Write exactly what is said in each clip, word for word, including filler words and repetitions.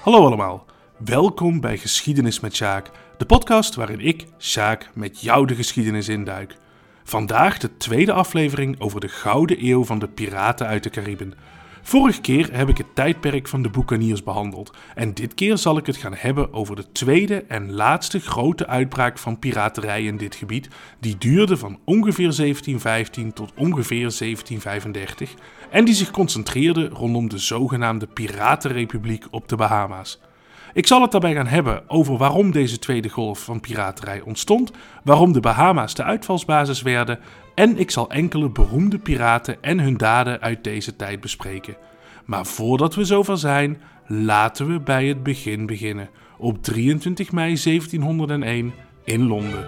Hallo allemaal, welkom bij Geschiedenis met Sjaak, de podcast waarin ik, Sjaak, met jou de geschiedenis induik. Vandaag de tweede aflevering over de Gouden Eeuw van de piraten uit de Cariben. Vorige keer heb ik het tijdperk van de Buccaneers behandeld en dit keer zal ik het gaan hebben over de tweede en laatste grote uitbraak van piraterij in dit gebied, die duurde van ongeveer zeventien vijftien tot ongeveer zeventien vijfendertig en die zich concentreerde rondom de zogenaamde Piratenrepubliek op de Bahama's. Ik zal het daarbij gaan hebben over waarom deze tweede golf van piraterij ontstond, waarom de Bahama's de uitvalsbasis werden en ik zal enkele beroemde piraten en hun daden uit deze tijd bespreken. Maar voordat we zover zijn, laten we bij het begin beginnen, op drieëntwintig mei zeventienhonderdéén in Londen.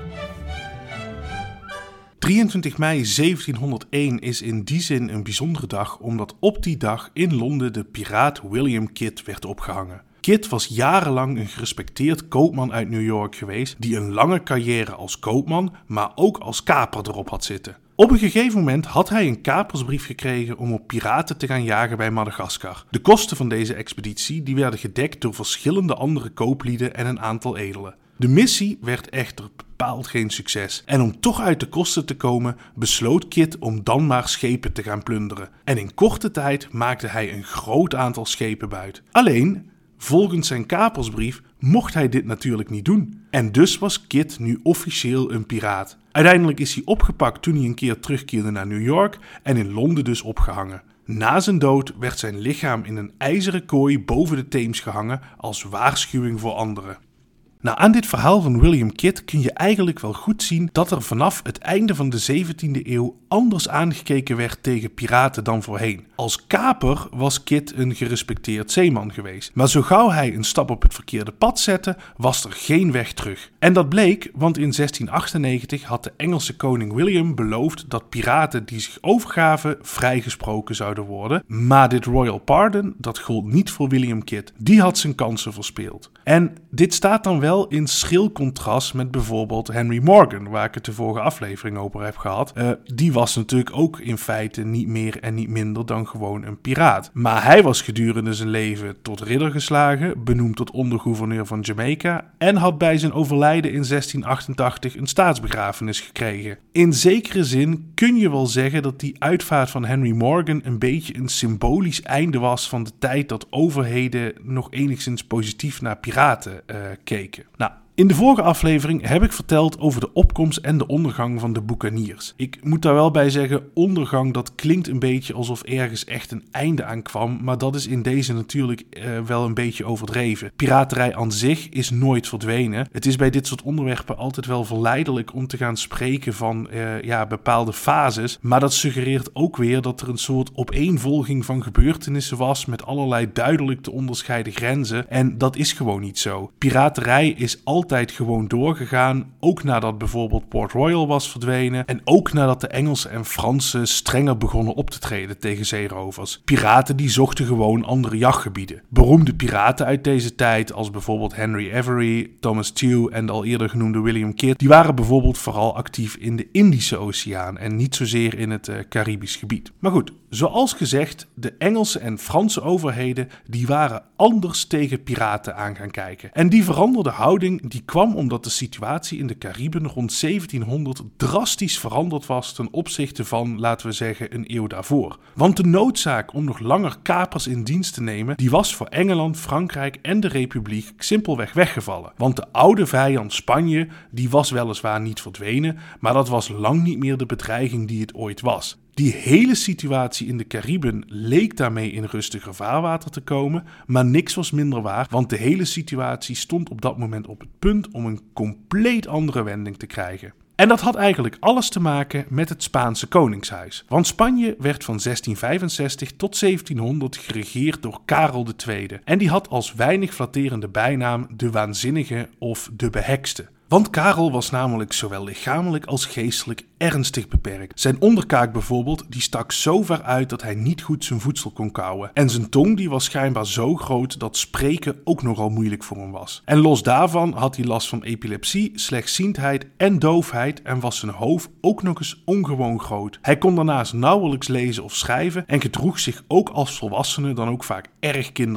drieëntwintig mei zeventienhonderdéén is in die zin een bijzondere dag, omdat op die dag in Londen de piraat William Kidd werd opgehangen. Kidd was jarenlang een gerespecteerd koopman uit New York geweest, die een lange carrière als koopman, maar ook als kaper erop had zitten. Op een gegeven moment had hij een kapersbrief gekregen om op piraten te gaan jagen bij Madagaskar. De kosten van deze expeditie die werden gedekt door verschillende andere kooplieden en een aantal edelen. De missie werd echter bepaald geen succes en om toch uit de kosten te komen besloot Kidd om dan maar schepen te gaan plunderen. En in korte tijd maakte hij een groot aantal schepen buit. Alleen, volgens zijn kapersbrief mocht hij dit natuurlijk niet doen. En dus was Kidd nu officieel een piraat. Uiteindelijk is hij opgepakt toen hij een keer terugkeerde naar New York en in Londen dus opgehangen. Na zijn dood werd zijn lichaam in een ijzeren kooi boven de Theems gehangen als waarschuwing voor anderen. Nou, aan dit verhaal van William Kidd kun je eigenlijk wel goed zien dat er vanaf het einde van de zeventiende eeuw anders aangekeken werd tegen piraten dan voorheen. Als kaper was Kidd een gerespecteerd zeeman geweest, maar zo gauw hij een stap op het verkeerde pad zette, was er geen weg terug. En dat bleek, want in zestien achtennegentig had de Engelse koning William beloofd dat piraten die zich overgaven vrijgesproken zouden worden, maar dit royal pardon, dat gold niet voor William Kidd. Die had zijn kansen verspeeld. En dit staat dan wel in schril contrast met bijvoorbeeld Henry Morgan, waar ik het de vorige aflevering over heb gehad. Uh, die was natuurlijk ook in feite niet meer en niet minder dan gewoon een piraat. Maar hij was gedurende zijn leven tot ridder geslagen, benoemd tot ondergouverneur van Jamaica en had bij zijn overlijden in zestien achtentachtig een staatsbegrafenis gekregen. In zekere zin kun je wel zeggen dat die uitvaart van Henry Morgan een beetje een symbolisch einde was van de tijd dat overheden nog enigszins positief naar piraten uh, keken. Nou, in de vorige aflevering heb ik verteld over de opkomst en de ondergang van de Buccaneers. Ik moet daar wel bij zeggen, ondergang, dat klinkt een beetje alsof ergens echt een einde aan kwam, maar dat is in deze natuurlijk uh, wel een beetje overdreven. Piraterij aan zich is nooit verdwenen. Het is bij dit soort onderwerpen altijd wel verleidelijk om te gaan spreken van uh, ja, bepaalde fases, maar dat suggereert ook weer dat er een soort opeenvolging van gebeurtenissen was met allerlei duidelijk te onderscheiden grenzen en dat is gewoon niet zo. Piraterij is altijd altijd gewoon doorgegaan, ook nadat bijvoorbeeld Port Royal was verdwenen en ook nadat de Engelsen en Fransen strenger begonnen op te treden tegen zeerovers. Piraten die zochten gewoon andere jachtgebieden. Beroemde piraten uit deze tijd, als bijvoorbeeld Henry Avery, Thomas Tew en de al eerder genoemde William Kidd, die waren bijvoorbeeld vooral actief in de Indische Oceaan en niet zozeer in het uh, Caribisch gebied. Maar goed, zoals gezegd, de Engelse en Franse overheden die waren anders tegen piraten aan gaan kijken. En die veranderde houding die kwam omdat de situatie in de Cariben rond zeventienhonderd drastisch veranderd was ten opzichte van, laten we zeggen, een eeuw daarvoor. Want de noodzaak om nog langer kapers in dienst te nemen, die was voor Engeland, Frankrijk en de Republiek simpelweg weggevallen. Want de oude vijand Spanje, die was weliswaar niet verdwenen, maar dat was lang niet meer de bedreiging die het ooit was. Die hele situatie in de Cariben leek daarmee in rustiger vaarwater te komen, maar niks was minder waar, want de hele situatie stond op dat moment op het punt om een compleet andere wending te krijgen. En dat had eigenlijk alles te maken met het Spaanse koningshuis. Want Spanje werd van zestien vijfenzestig tot zeventienhonderd geregeerd door Karel de Tweede. En die had als weinig flatterende bijnaam de Waanzinnige of de Behekste. Want Karel was namelijk zowel lichamelijk als geestelijk ernstig beperkt. Zijn onderkaak bijvoorbeeld, die stak zo ver uit dat hij niet goed zijn voedsel kon kauwen. En zijn tong die was schijnbaar zo groot dat spreken ook nogal moeilijk voor hem was. En los daarvan had hij last van epilepsie, slechtziendheid en doofheid en was zijn hoofd ook nog eens ongewoon groot. Hij kon daarnaast nauwelijks lezen of schrijven en gedroeg zich ook als volwassene dan ook vaak erg kinderlijk.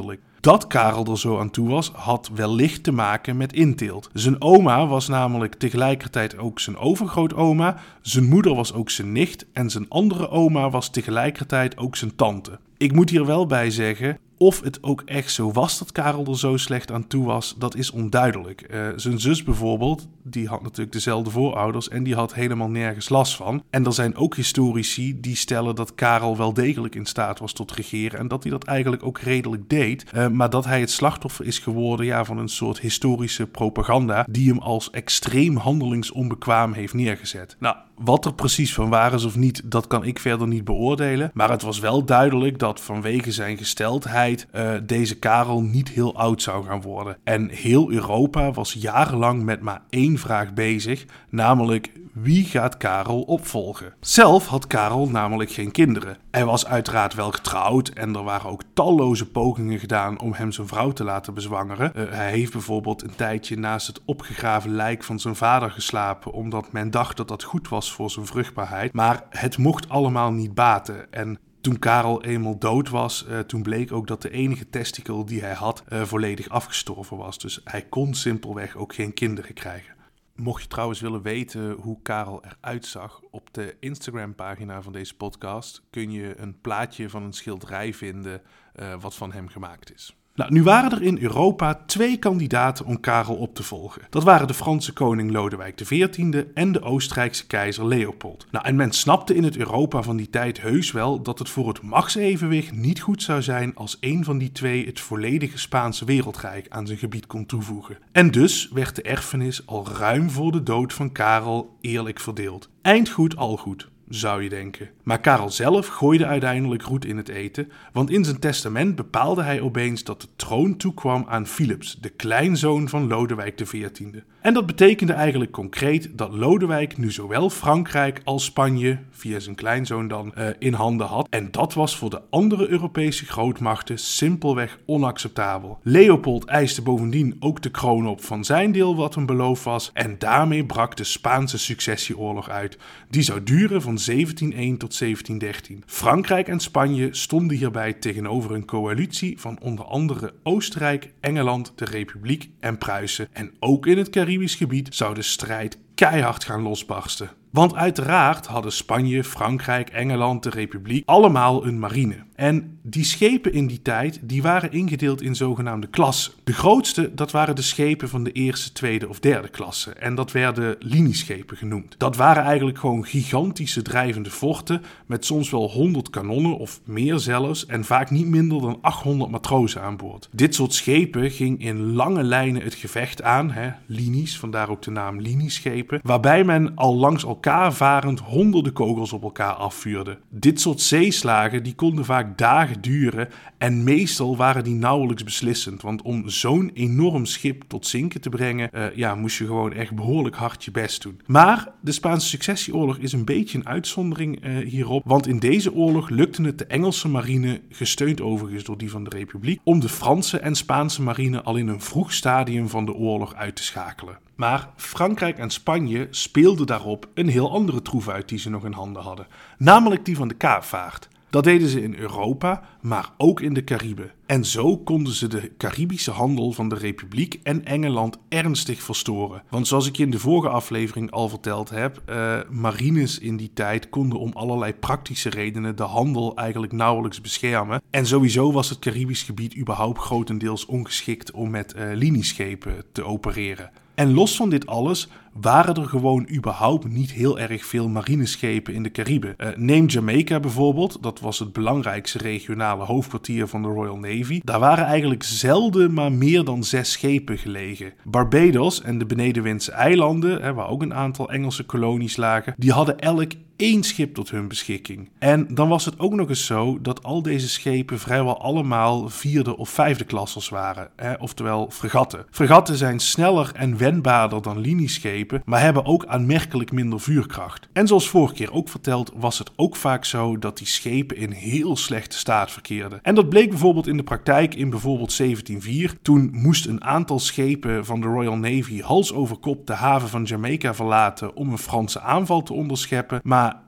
Dat Karel er zo aan toe was, had wellicht te maken met inteelt. Zijn oma was namelijk tegelijkertijd ook zijn overgrootoma, zijn moeder was ook zijn nicht en zijn andere oma was tegelijkertijd ook zijn tante. Ik moet hier wel bij zeggen, of het ook echt zo was dat Karel er zo slecht aan toe was, dat is onduidelijk. Uh, zijn zus bijvoorbeeld, die had natuurlijk dezelfde voorouders en die had helemaal nergens last van. En er zijn ook historici die stellen dat Karel wel degelijk in staat was tot regeren en dat hij dat eigenlijk ook redelijk deed. Uh, maar dat hij het slachtoffer is geworden ja, van een soort historische propaganda die hem als extreem handelingsonbekwaam heeft neergezet. Nou, wat er precies van waar is of niet, dat kan ik verder niet beoordelen. Maar het was wel duidelijk dat vanwege zijn gesteldheid uh, deze Karel niet heel oud zou gaan worden. En heel Europa was jarenlang met maar één vraag bezig, namelijk wie gaat Karel opvolgen? Zelf had Karel namelijk geen kinderen. Hij was uiteraard wel getrouwd en er waren ook talloze pogingen gedaan om hem zijn vrouw te laten bezwangeren. Uh, hij heeft bijvoorbeeld een tijdje naast het opgegraven lijk van zijn vader geslapen, omdat men dacht dat dat goed was voor zijn vruchtbaarheid. Maar het mocht allemaal niet baten en toen Karel eenmaal dood was, uh, toen bleek ook dat de enige testikel die hij had uh, volledig afgestorven was. Dus hij kon simpelweg ook geen kinderen krijgen. Mocht je trouwens willen weten hoe Karel eruit zag, op de Instagram-pagina van deze podcast kun je een plaatje van een schilderij vinden uh, wat van hem gemaakt is. Nou, nu waren er in Europa twee kandidaten om Karel op te volgen. Dat waren de Franse koning Lodewijk de veertiende en de Oostenrijkse keizer Leopold. Nou, en men snapte in het Europa van die tijd heus wel dat het voor het machtsevenwicht niet goed zou zijn als een van die twee het volledige Spaanse wereldrijk aan zijn gebied kon toevoegen. En dus werd de erfenis al ruim voor de dood van Karel eerlijk verdeeld. Eind goed, al goed, zou je denken. Maar Karel zelf gooide uiteindelijk roet in het eten, want in zijn testament bepaalde hij opeens dat de troon toekwam aan Philips, de kleinzoon van Lodewijk de veertiende. En dat betekende eigenlijk concreet dat Lodewijk nu zowel Frankrijk als Spanje, via zijn kleinzoon dan, uh, in handen had. En dat was voor de andere Europese grootmachten simpelweg onacceptabel. Leopold eiste bovendien ook de kroon op van zijn deel wat hem beloofd was, en daarmee brak de Spaanse successieoorlog uit. Die zou duren van zeventien-één tot zeventien dertien. Frankrijk en Spanje stonden hierbij tegenover een coalitie van onder andere Oostenrijk, Engeland, de Republiek en Pruisen. En ook in het Caribisch gebied zou de strijd keihard gaan losbarsten. Want uiteraard hadden Spanje, Frankrijk, Engeland, de Republiek allemaal een marine. En die schepen in die tijd, die waren ingedeeld in zogenaamde klassen. De grootste, dat waren de schepen van de eerste, tweede of derde klasse. En dat werden linieschepen genoemd. Dat waren eigenlijk gewoon gigantische drijvende forten met soms wel honderd kanonnen of meer zelfs en vaak niet minder dan achthonderd matrozen aan boord. Dit soort schepen ging in lange lijnen het gevecht aan, hè, linies, vandaar ook de naam linieschepen, waarbij men al langs elkaar varend honderden kogels op elkaar afvuurde. Dit soort zeeslagen die konden vaak dagen duren en meestal waren die nauwelijks beslissend, want om zo'n enorm schip tot zinken te brengen, uh, ja, moest je gewoon echt behoorlijk hard je best doen. Maar de Spaanse successieoorlog is een beetje een uitzondering uh, hierop, want in deze oorlog lukte het de Engelse marine, gesteund overigens door die van de Republiek, om de Franse en Spaanse marine al in een vroeg stadium van de oorlog uit te schakelen. Maar Frankrijk en Spanje speelden daarop een heel andere troef uit die ze nog in handen hadden, namelijk die van de kaapvaart. Dat deden ze in Europa, maar ook in de Cariben. En zo konden ze de Caribische handel van de Republiek en Engeland ernstig verstoren. Want zoals ik je in de vorige aflevering al verteld heb, uh, marines in die tijd konden om allerlei praktische redenen de handel eigenlijk nauwelijks beschermen. En sowieso was het Caribisch gebied überhaupt grotendeels ongeschikt om met uh, linieschepen te opereren. En los van dit alles waren er gewoon überhaupt niet heel erg veel marineschepen in de Cariben. Uh, neem Jamaica bijvoorbeeld, dat was het belangrijkste regionale hoofdkwartier van de Royal Navy. Daar waren eigenlijk zelden maar meer dan zes schepen gelegen. Barbados en de Benedenwindse eilanden, hè, waar ook een aantal Engelse kolonies lagen, die hadden elk één schip tot hun beschikking. En dan was het ook nog eens zo dat al deze schepen vrijwel allemaal vierde of vijfde klassers waren, hè, oftewel fregatten. Fregatten zijn sneller en wendbaarder dan linieschepen, maar hebben ook aanmerkelijk minder vuurkracht. En zoals vorige keer ook verteld, was het ook vaak zo dat die schepen in heel slechte staat verkeerden. En dat bleek bijvoorbeeld in de praktijk in bijvoorbeeld zeventien vier. Toen moest een aantal schepen van de Royal Navy hals over kop de haven van Jamaica verlaten om een Franse aanval te onderscheppen, maar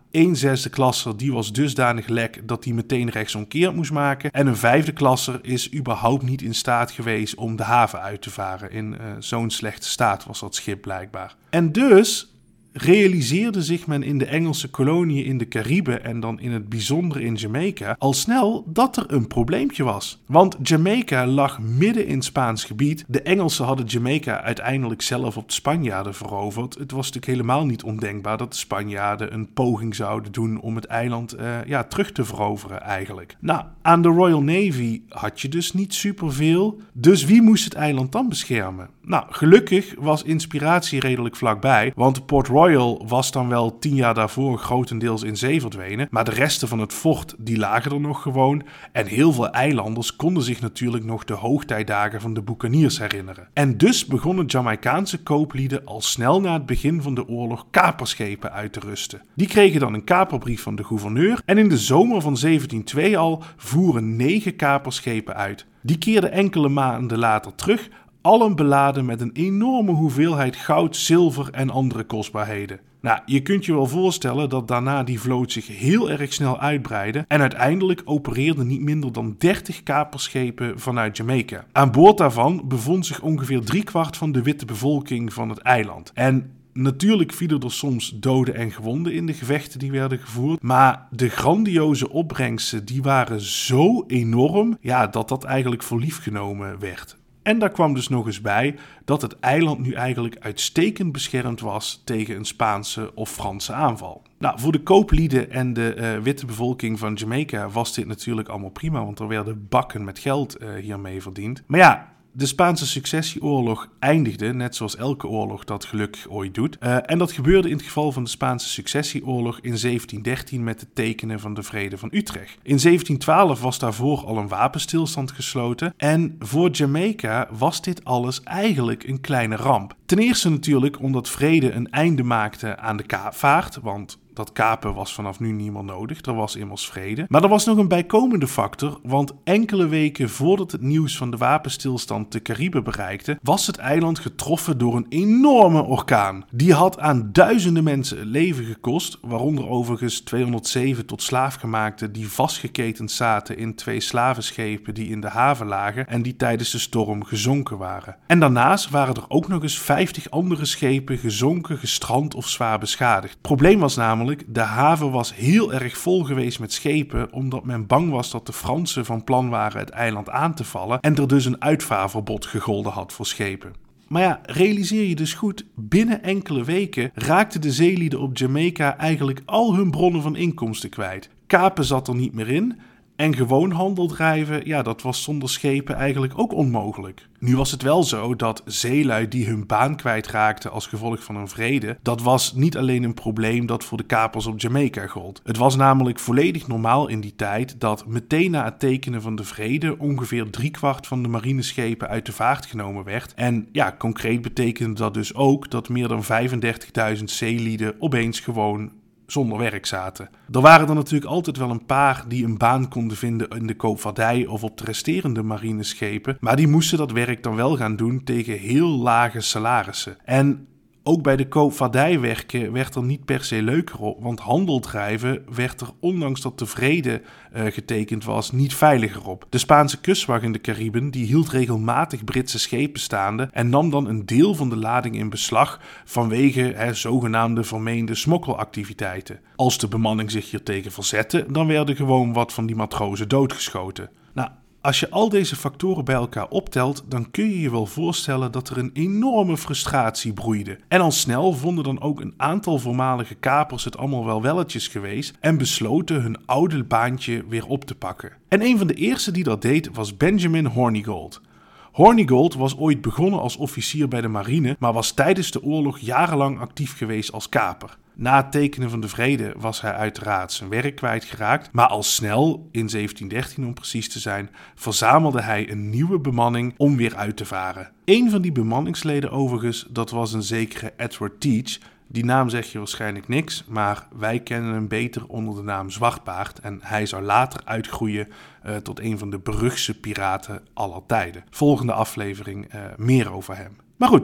één zesde klasser die was dusdanig lek dat hij meteen rechtsomkeert moest maken. En een vijfde klasser is überhaupt niet in staat geweest om de haven uit te varen. In uh, zo'n slechte staat was dat schip blijkbaar. En dus realiseerde zich men in de Engelse koloniën in de Cariben en dan in het bijzonder in Jamaica al snel dat er een probleempje was. Want Jamaica lag midden in Spaans gebied. De Engelsen hadden Jamaica uiteindelijk zelf op de Spanjaarden veroverd. Het was natuurlijk helemaal niet ondenkbaar dat de Spanjaarden een poging zouden doen om het eiland uh, ja, terug te veroveren eigenlijk. Nou, aan de Royal Navy had je dus niet superveel. Dus wie moest het eiland dan beschermen? Nou, gelukkig was inspiratie redelijk vlakbij, want Port Royal was dan wel tien jaar daarvoor grotendeels in zee verdwenen, maar de resten van het fort die lagen er nog gewoon en heel veel eilanders konden zich natuurlijk nog de hoogtijdagen van de boekaniers herinneren. En dus begonnen Jamaicaanse kooplieden al snel na het begin van de oorlog kaperschepen uit te rusten. Die kregen dan een kaperbrief van de gouverneur en in de zomer van zeventienhonderdtwee al voeren negen kaperschepen uit. Die keerden enkele maanden later terug, allen beladen met een enorme hoeveelheid goud, zilver en andere kostbaarheden. Nou, je kunt je wel voorstellen dat daarna die vloot zich heel erg snel uitbreidde en uiteindelijk opereerden niet minder dan dertig kaperschepen vanuit Jamaica. Aan boord daarvan bevond zich ongeveer driekwart van de witte bevolking van het eiland. En natuurlijk vielen er soms doden en gewonden in de gevechten die werden gevoerd, maar de grandioze opbrengsten die waren zo enorm, ja, dat dat eigenlijk voor lief genomen werd. En daar kwam dus nog eens bij dat het eiland nu eigenlijk uitstekend beschermd was tegen een Spaanse of Franse aanval. Nou, voor de kooplieden en de uh, witte bevolking van Jamaica was dit natuurlijk allemaal prima, want er werden bakken met geld uh, hiermee verdiend. Maar ja, de Spaanse successieoorlog eindigde, net zoals elke oorlog dat gelukkig ooit doet. Uh, en dat gebeurde in het geval van de Spaanse successieoorlog in zeventien dertien met het tekenen van de Vrede van Utrecht. In zeventien twaalf was daarvoor al een wapenstilstand gesloten en voor Jamaica was dit alles eigenlijk een kleine ramp. Ten eerste natuurlijk omdat vrede een einde maakte aan de kaapvaart, want dat kapen was vanaf nu niet meer nodig, er was immers vrede. Maar er was nog een bijkomende factor, want enkele weken voordat het nieuws van de wapenstilstand de Cariben bereikte, was het eiland getroffen door een enorme orkaan. Die had aan duizenden mensen het leven gekost, waaronder overigens tweehonderdzeven tot slaafgemaakten die vastgeketend zaten in twee slavenschepen die in de haven lagen en die tijdens de storm gezonken waren. En daarnaast waren er ook nog eens vijftig andere schepen gezonken, gestrand of zwaar beschadigd. Het probleem was namelijk, de haven was heel erg vol geweest met schepen, omdat men bang was dat de Fransen van plan waren het eiland aan te vallen en er dus een uitvaarverbod gegolden had voor schepen. Maar ja, realiseer je dus goed, binnen enkele weken raakten de zeelieden op Jamaica eigenlijk al hun bronnen van inkomsten kwijt. Kapen zat er niet meer in en gewoon handel drijven, ja, dat was zonder schepen eigenlijk ook onmogelijk. Nu was het wel zo dat zeelui die hun baan kwijtraakten als gevolg van een vrede, dat was niet alleen een probleem dat voor de kapers op Jamaica gold. Het was namelijk volledig normaal in die tijd dat meteen na het tekenen van de vrede ongeveer driekwart van de marineschepen uit de vaart genomen werd. En ja, concreet betekende dat dus ook dat meer dan vijfendertigduizend zeelieden opeens gewoon zonder werk zaten. Er waren er natuurlijk altijd wel een paar die een baan konden vinden in de koopvaardij of op de resterende marineschepen, maar die moesten dat werk dan wel gaan doen tegen heel lage salarissen. En ook bij de koopvaardij werken werd er niet per se leuker op, want handel drijven werd er, ondanks dat de vrede uh, getekend was, niet veiliger op. De Spaanse kustwacht in de Cariben die hield regelmatig Britse schepen staande en nam dan een deel van de lading in beslag vanwege hè, zogenaamde vermeende smokkelactiviteiten. Als de bemanning zich hiertegen verzette, dan werden gewoon wat van die matrozen doodgeschoten. Nou, als je al deze factoren bij elkaar optelt, dan kun je je wel voorstellen dat er een enorme frustratie broeide. En al snel vonden dan ook een aantal voormalige kapers het allemaal wel welletjes geweest en besloten hun oude baantje weer op te pakken. En een van de eerste die dat deed was Benjamin Hornigold. Hornigold was ooit begonnen als officier bij de marine, maar was tijdens de oorlog jarenlang actief geweest als kaper. Na het tekenen van de vrede was hij uiteraard zijn werk kwijtgeraakt, maar al snel, in zeventien dertien om precies te zijn, verzamelde hij een nieuwe bemanning om weer uit te varen. Een van die bemanningsleden overigens, dat was een zekere Edward Teach. Die naam zeg je waarschijnlijk niks, maar wij kennen hem beter onder de naam Zwartbaard en hij zou later uitgroeien uh, tot een van de beruchtste piraten aller tijden. Volgende aflevering uh, meer over hem. Maar goed,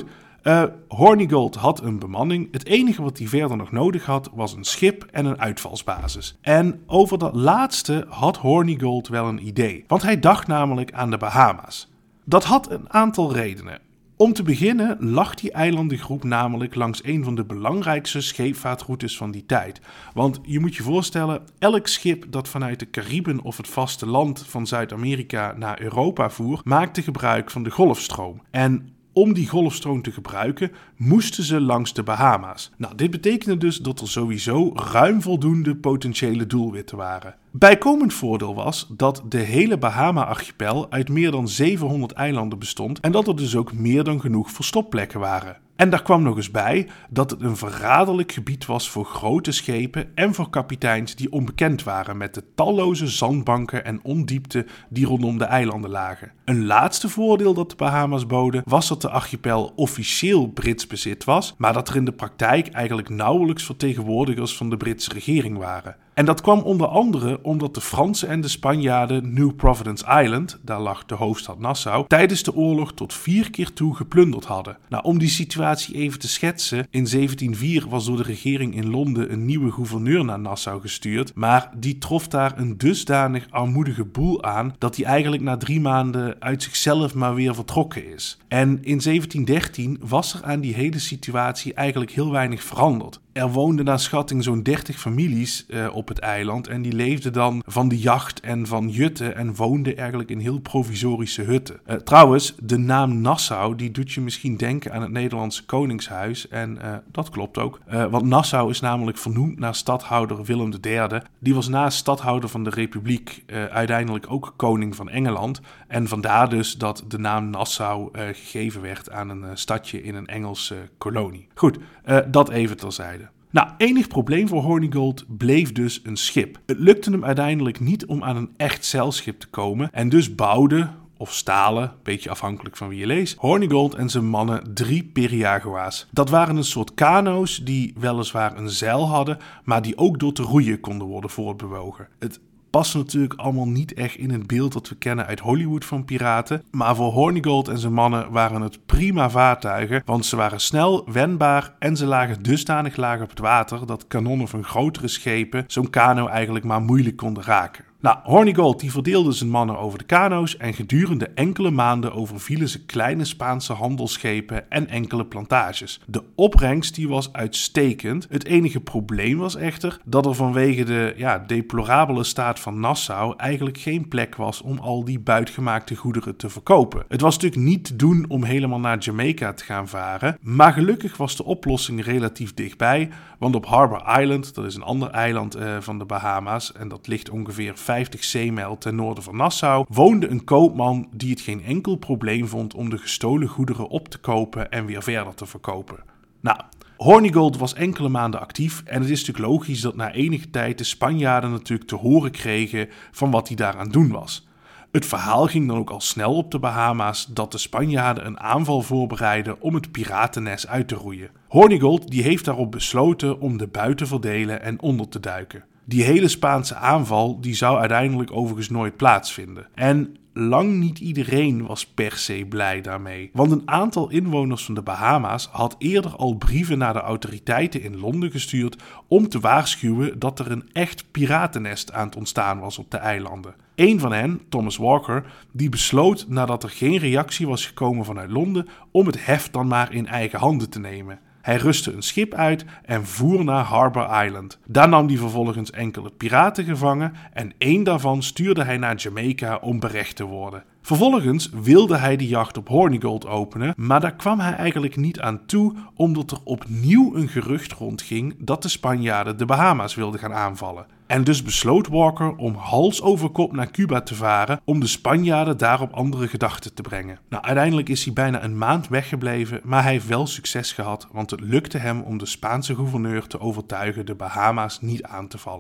Uh, Hornigold had een bemanning. Het enige wat hij verder nog nodig had was een schip en een uitvalsbasis. En over dat laatste had Hornigold wel een idee. Want hij dacht namelijk aan de Bahama's. Dat had een aantal redenen. Om te beginnen lag die eilandengroep namelijk langs een van de belangrijkste scheepvaartroutes van die tijd. Want je moet je voorstellen, elk schip dat vanuit de Cariben of het vasteland van Zuid-Amerika naar Europa voer, maakte gebruik van de golfstroom. En om die golfstroom te gebruiken, moesten ze langs de Bahama's. Nou, dit betekende dus dat er sowieso ruim voldoende potentiële doelwitten waren. Bijkomend voordeel was dat de hele Bahama-archipel uit meer dan zevenhonderd eilanden bestond en dat er dus ook meer dan genoeg verstopplekken waren. En daar kwam nog eens bij dat het een verraderlijk gebied was voor grote schepen en voor kapiteins die onbekend waren met de talloze zandbanken en ondiepte die rondom de eilanden lagen. Een laatste voordeel dat de Bahama's boden was dat de archipel officieel Brits bezit was, maar dat er in de praktijk eigenlijk nauwelijks vertegenwoordigers van de Britse regering waren. En dat kwam onder andere omdat de Fransen en de Spanjaarden New Providence Island, daar lag de hoofdstad Nassau, tijdens de oorlog tot vier keer toe geplunderd hadden. Nou, om die situatie even te schetsen, in zeventien vier was door de regering in Londen een nieuwe gouverneur naar Nassau gestuurd, maar die trof daar een dusdanig armoedige boel aan dat hij eigenlijk na drie maanden uit zichzelf maar weer vertrokken is. En in zeventien dertien was er aan die hele situatie eigenlijk heel weinig veranderd. Er woonden naar schatting zo'n dertig families uh, op het eiland en die leefden dan van de jacht en van jutten en woonden eigenlijk in heel provisorische hutten. Uh, trouwens, de naam Nassau die doet je misschien denken aan het Nederlandse Koningshuis en uh, dat klopt ook. Uh, want Nassau is namelijk vernoemd naar stadhouder Willem de derde. Die was naast stadhouder van de Republiek uh, uiteindelijk ook koning van Engeland. En vandaar dus dat de naam Nassau uh, gegeven werd aan een uh, stadje in een Engelse uh, kolonie. Goed, uh, dat even terzijde. Nou, enig probleem voor Hornigold bleef dus een schip. Het lukte hem uiteindelijk niet om aan een echt zeilschip te komen en dus bouwde, of stalen, beetje afhankelijk van wie je leest, Hornigold en zijn mannen drie periagua's. Dat waren een soort kano's die weliswaar een zeil hadden, maar die ook door te roeien konden worden voortbewogen. Het past natuurlijk allemaal niet echt in het beeld dat we kennen uit Hollywood van piraten, maar voor Hornigold en zijn mannen waren het prima vaartuigen, want ze waren snel, wendbaar en ze lagen dusdanig laag op het water dat kanonnen van grotere schepen zo'n kano eigenlijk maar moeilijk konden raken. Nou, Hornigold die verdeelde zijn mannen over de kano's en gedurende enkele maanden overvielen ze kleine Spaanse handelsschepen en enkele plantages. De opbrengst die was uitstekend. Het enige probleem was echter dat er vanwege de ja, deplorabele staat van Nassau eigenlijk geen plek was om al die buitgemaakte goederen te verkopen. Het was natuurlijk niet te doen om helemaal naar Jamaica te gaan varen, maar gelukkig was de oplossing relatief dichtbij, want op Harbor Island, dat is een ander eiland uh, van de Bahama's en dat ligt ongeveer vijftig zeemijl ten noorden van Nassau, woonde een koopman die het geen enkel probleem vond om de gestolen goederen op te kopen en weer verder te verkopen. Nou, Hornigold was enkele maanden actief en het is natuurlijk logisch dat na enige tijd de Spanjaarden natuurlijk te horen kregen van wat hij daaraan doen was. Het verhaal ging dan ook al snel op de Bahama's dat de Spanjaarden een aanval voorbereidden om het piratennest uit te roeien. Hornigold die heeft daarop besloten om de buit te verdelen en onder te duiken. Die hele Spaanse aanval die zou uiteindelijk overigens nooit plaatsvinden. En lang niet iedereen was per se blij daarmee. Want een aantal inwoners van de Bahama's had eerder al brieven naar de autoriteiten in Londen gestuurd om te waarschuwen dat er een echt piratennest aan het ontstaan was op de eilanden. Een van hen, Thomas Walker, die besloot nadat er geen reactie was gekomen vanuit Londen om het heft dan maar in eigen handen te nemen. Hij rustte een schip uit en voer naar Harbor Island. Daar nam hij vervolgens enkele piraten gevangen en één daarvan stuurde hij naar Jamaica om berecht te worden. Vervolgens wilde hij de jacht op Hornigold openen, maar daar kwam hij eigenlijk niet aan toe omdat er opnieuw een gerucht rondging dat de Spanjaarden de Bahama's wilden gaan aanvallen. En dus besloot Walker om hals over kop naar Cuba te varen om de Spanjaarden daar op andere gedachten te brengen. Nou, uiteindelijk is hij bijna een maand weggebleven, maar hij heeft wel succes gehad, want het lukte hem om de Spaanse gouverneur te overtuigen de Bahama's niet aan te vallen.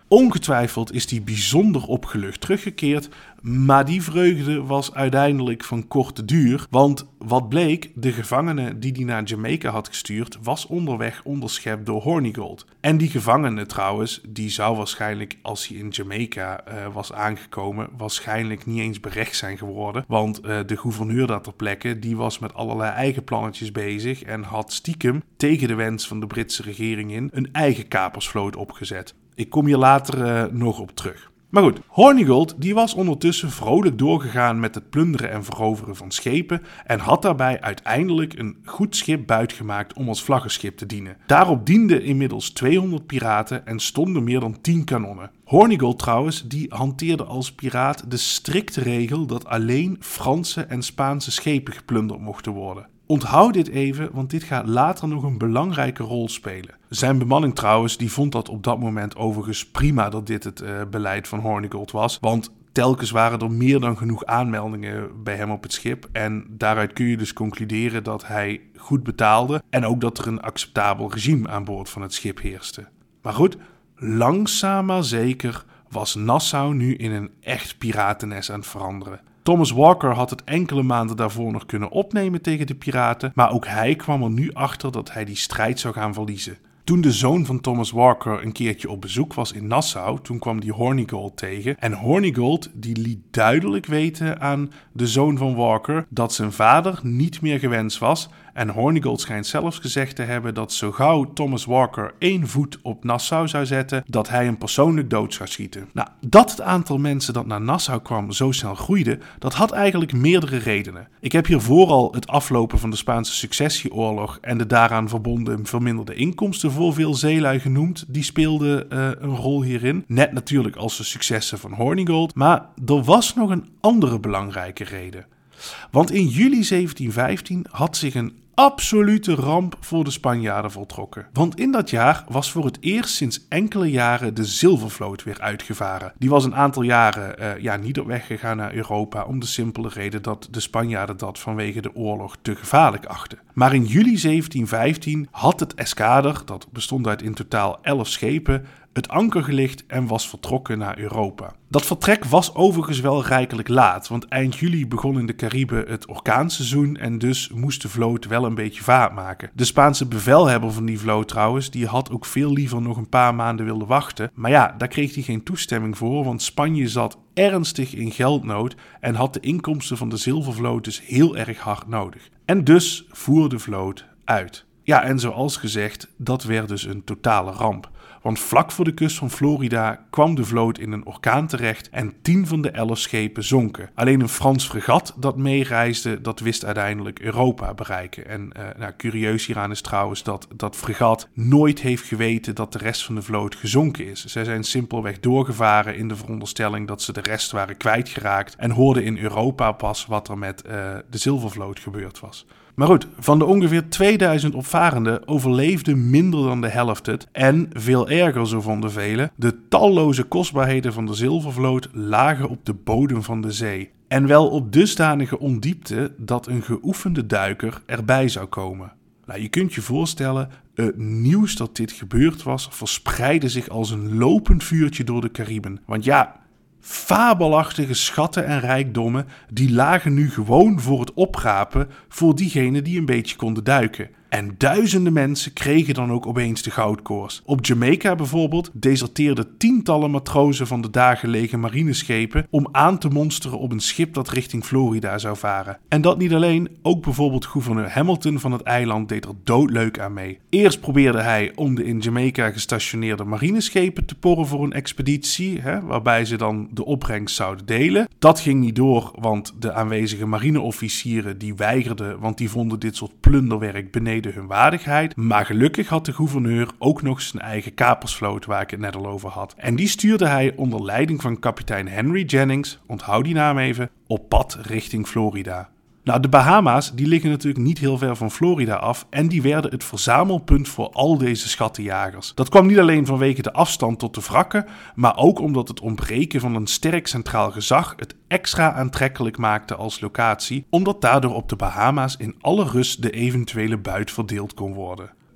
Ongetwijfeld is hij bijzonder opgelucht teruggekeerd, maar die vreugde was uiteindelijk van korte duur, want wat bleek, de gevangene die hij naar Jamaica had gestuurd was onderweg onderschept door Hornigold. En die gevangene trouwens, die zou waarschijnlijk als hij in Jamaica uh, was aangekomen, waarschijnlijk niet eens berecht zijn geworden, want uh, de gouverneur daar ter plekke, die was met allerlei eigen plannetjes bezig en had stiekem, tegen de wens van de Britse regering in, een eigen kapersvloot opgezet. Ik kom hier later uh, nog op terug. Maar goed, Hornigold die was ondertussen vrolijk doorgegaan met het plunderen en veroveren van schepen en had daarbij uiteindelijk een goed schip buitgemaakt om als vlaggenschip te dienen. Daarop dienden inmiddels tweehonderd piraten en stonden meer dan tien kanonnen. Hornigold trouwens, die hanteerde als piraat de strikte regel dat alleen Franse en Spaanse schepen geplunderd mochten worden. Onthoud dit even, want dit gaat later nog een belangrijke rol spelen. Zijn bemanning trouwens, die vond dat op dat moment overigens prima dat dit het uh, beleid van Hornigold was. Want telkens waren er meer dan genoeg aanmeldingen bij hem op het schip. En daaruit kun je dus concluderen dat hij goed betaalde en ook dat er een acceptabel regime aan boord van het schip heerste. Maar goed, langzaam maar zeker was Nassau nu in een echt piratennes aan het veranderen. Thomas Walker had het enkele maanden daarvoor nog kunnen opnemen tegen de piraten, maar ook hij kwam er nu achter dat hij die strijd zou gaan verliezen. Toen de zoon van Thomas Walker een keertje op bezoek was in Nassau, toen kwam die Hornigold tegen. En Hornigold die liet duidelijk weten aan de zoon van Walker dat zijn vader niet meer gewenst was. En Hornigold schijnt zelfs gezegd te hebben dat zo gauw Thomas Walker één voet op Nassau zou zetten, dat hij hem persoonlijk dood zou schieten. Nou, dat het aantal mensen dat naar Nassau kwam zo snel groeide, dat had eigenlijk meerdere redenen. Ik heb hier vooral het aflopen van de Spaanse successieoorlog en de daaraan verbonden verminderde inkomsten voor veel zeelui genoemd. Die speelden uh, een rol hierin. Net natuurlijk als de successen van Hornigold, maar er was nog een andere belangrijke reden. Want in juli zeventien vijftien had zich een absolute ramp voor de Spanjaarden voltrokken. Want in dat jaar was voor het eerst sinds enkele jaren de zilvervloot weer uitgevaren. Die was een aantal jaren uh, ja, niet op weg gegaan naar Europa om de simpele reden dat de Spanjaarden dat vanwege de oorlog te gevaarlijk achten. Maar in juli zeventien vijftien had het eskader, dat bestond uit in totaal elf schepen, het anker gelicht en was vertrokken naar Europa. Dat vertrek was overigens wel rijkelijk laat, want eind juli begon in de Cariben het orkaanseizoen en dus moest de vloot wel een beetje vaart maken. De Spaanse bevelhebber van die vloot trouwens, die had ook veel liever nog een paar maanden willen wachten. Maar ja, daar kreeg hij geen toestemming voor, want Spanje zat ernstig in geldnood en had de inkomsten van de zilvervloot dus heel erg hard nodig. En dus voer de vloot uit. Ja, en zoals gezegd, dat werd dus een totale ramp. Want vlak voor de kust van Florida kwam de vloot in een orkaan terecht en tien van de elf schepen zonken. Alleen een Frans fregat dat meereisde, dat wist uiteindelijk Europa bereiken. En uh, nou, curieus hieraan is trouwens dat dat fregat nooit heeft geweten dat de rest van de vloot gezonken is. Zij zijn simpelweg doorgevaren in de veronderstelling dat ze de rest waren kwijtgeraakt en hoorden in Europa pas wat er met uh, de zilvervloot gebeurd was. Maar goed, van de ongeveer tweeduizend opvarenden overleefde minder dan de helft het. En, veel erger zo vonden velen, de talloze kostbaarheden van de zilvervloot lagen op de bodem van de zee. En wel op dusdanige ondiepte dat een geoefende duiker erbij zou komen. Nou, je kunt je voorstellen, het nieuws dat dit gebeurd was verspreidde zich als een lopend vuurtje door de Cariben. Want ja, fabelachtige schatten en rijkdommen, die lagen nu gewoon voor het oprapen voor diegenen die een beetje konden duiken. En duizenden mensen kregen dan ook opeens de goudkoorts. Op Jamaica bijvoorbeeld deserteerden tientallen matrozen van de daar gelegen marineschepen om aan te monsteren op een schip dat richting Florida zou varen. En dat niet alleen, ook bijvoorbeeld gouverneur Hamilton van het eiland deed er doodleuk aan mee. Eerst probeerde hij om de in Jamaica gestationeerde marineschepen te porren voor een expeditie, hè, waarbij ze dan de opbrengst zouden delen. Dat ging niet door, want de aanwezige marineofficieren die weigerden, want die vonden dit soort plunderwerk beneden hun waardigheid, maar gelukkig had de gouverneur ook nog zijn eigen kapersvloot waar ik het net al over had. En die stuurde hij onder leiding van kapitein Henry Jennings, onthoud die naam even, op pad richting Florida. Nou, de Bahama's die liggen natuurlijk niet heel ver van Florida af en die werden het verzamelpunt voor al deze schattenjagers. Dat kwam niet alleen vanwege de afstand tot de wrakken, maar ook omdat het ontbreken van een sterk centraal gezag het extra aantrekkelijk maakte als locatie, omdat daardoor op de Bahama's in alle rust de eventuele buit verdeeld kon worden.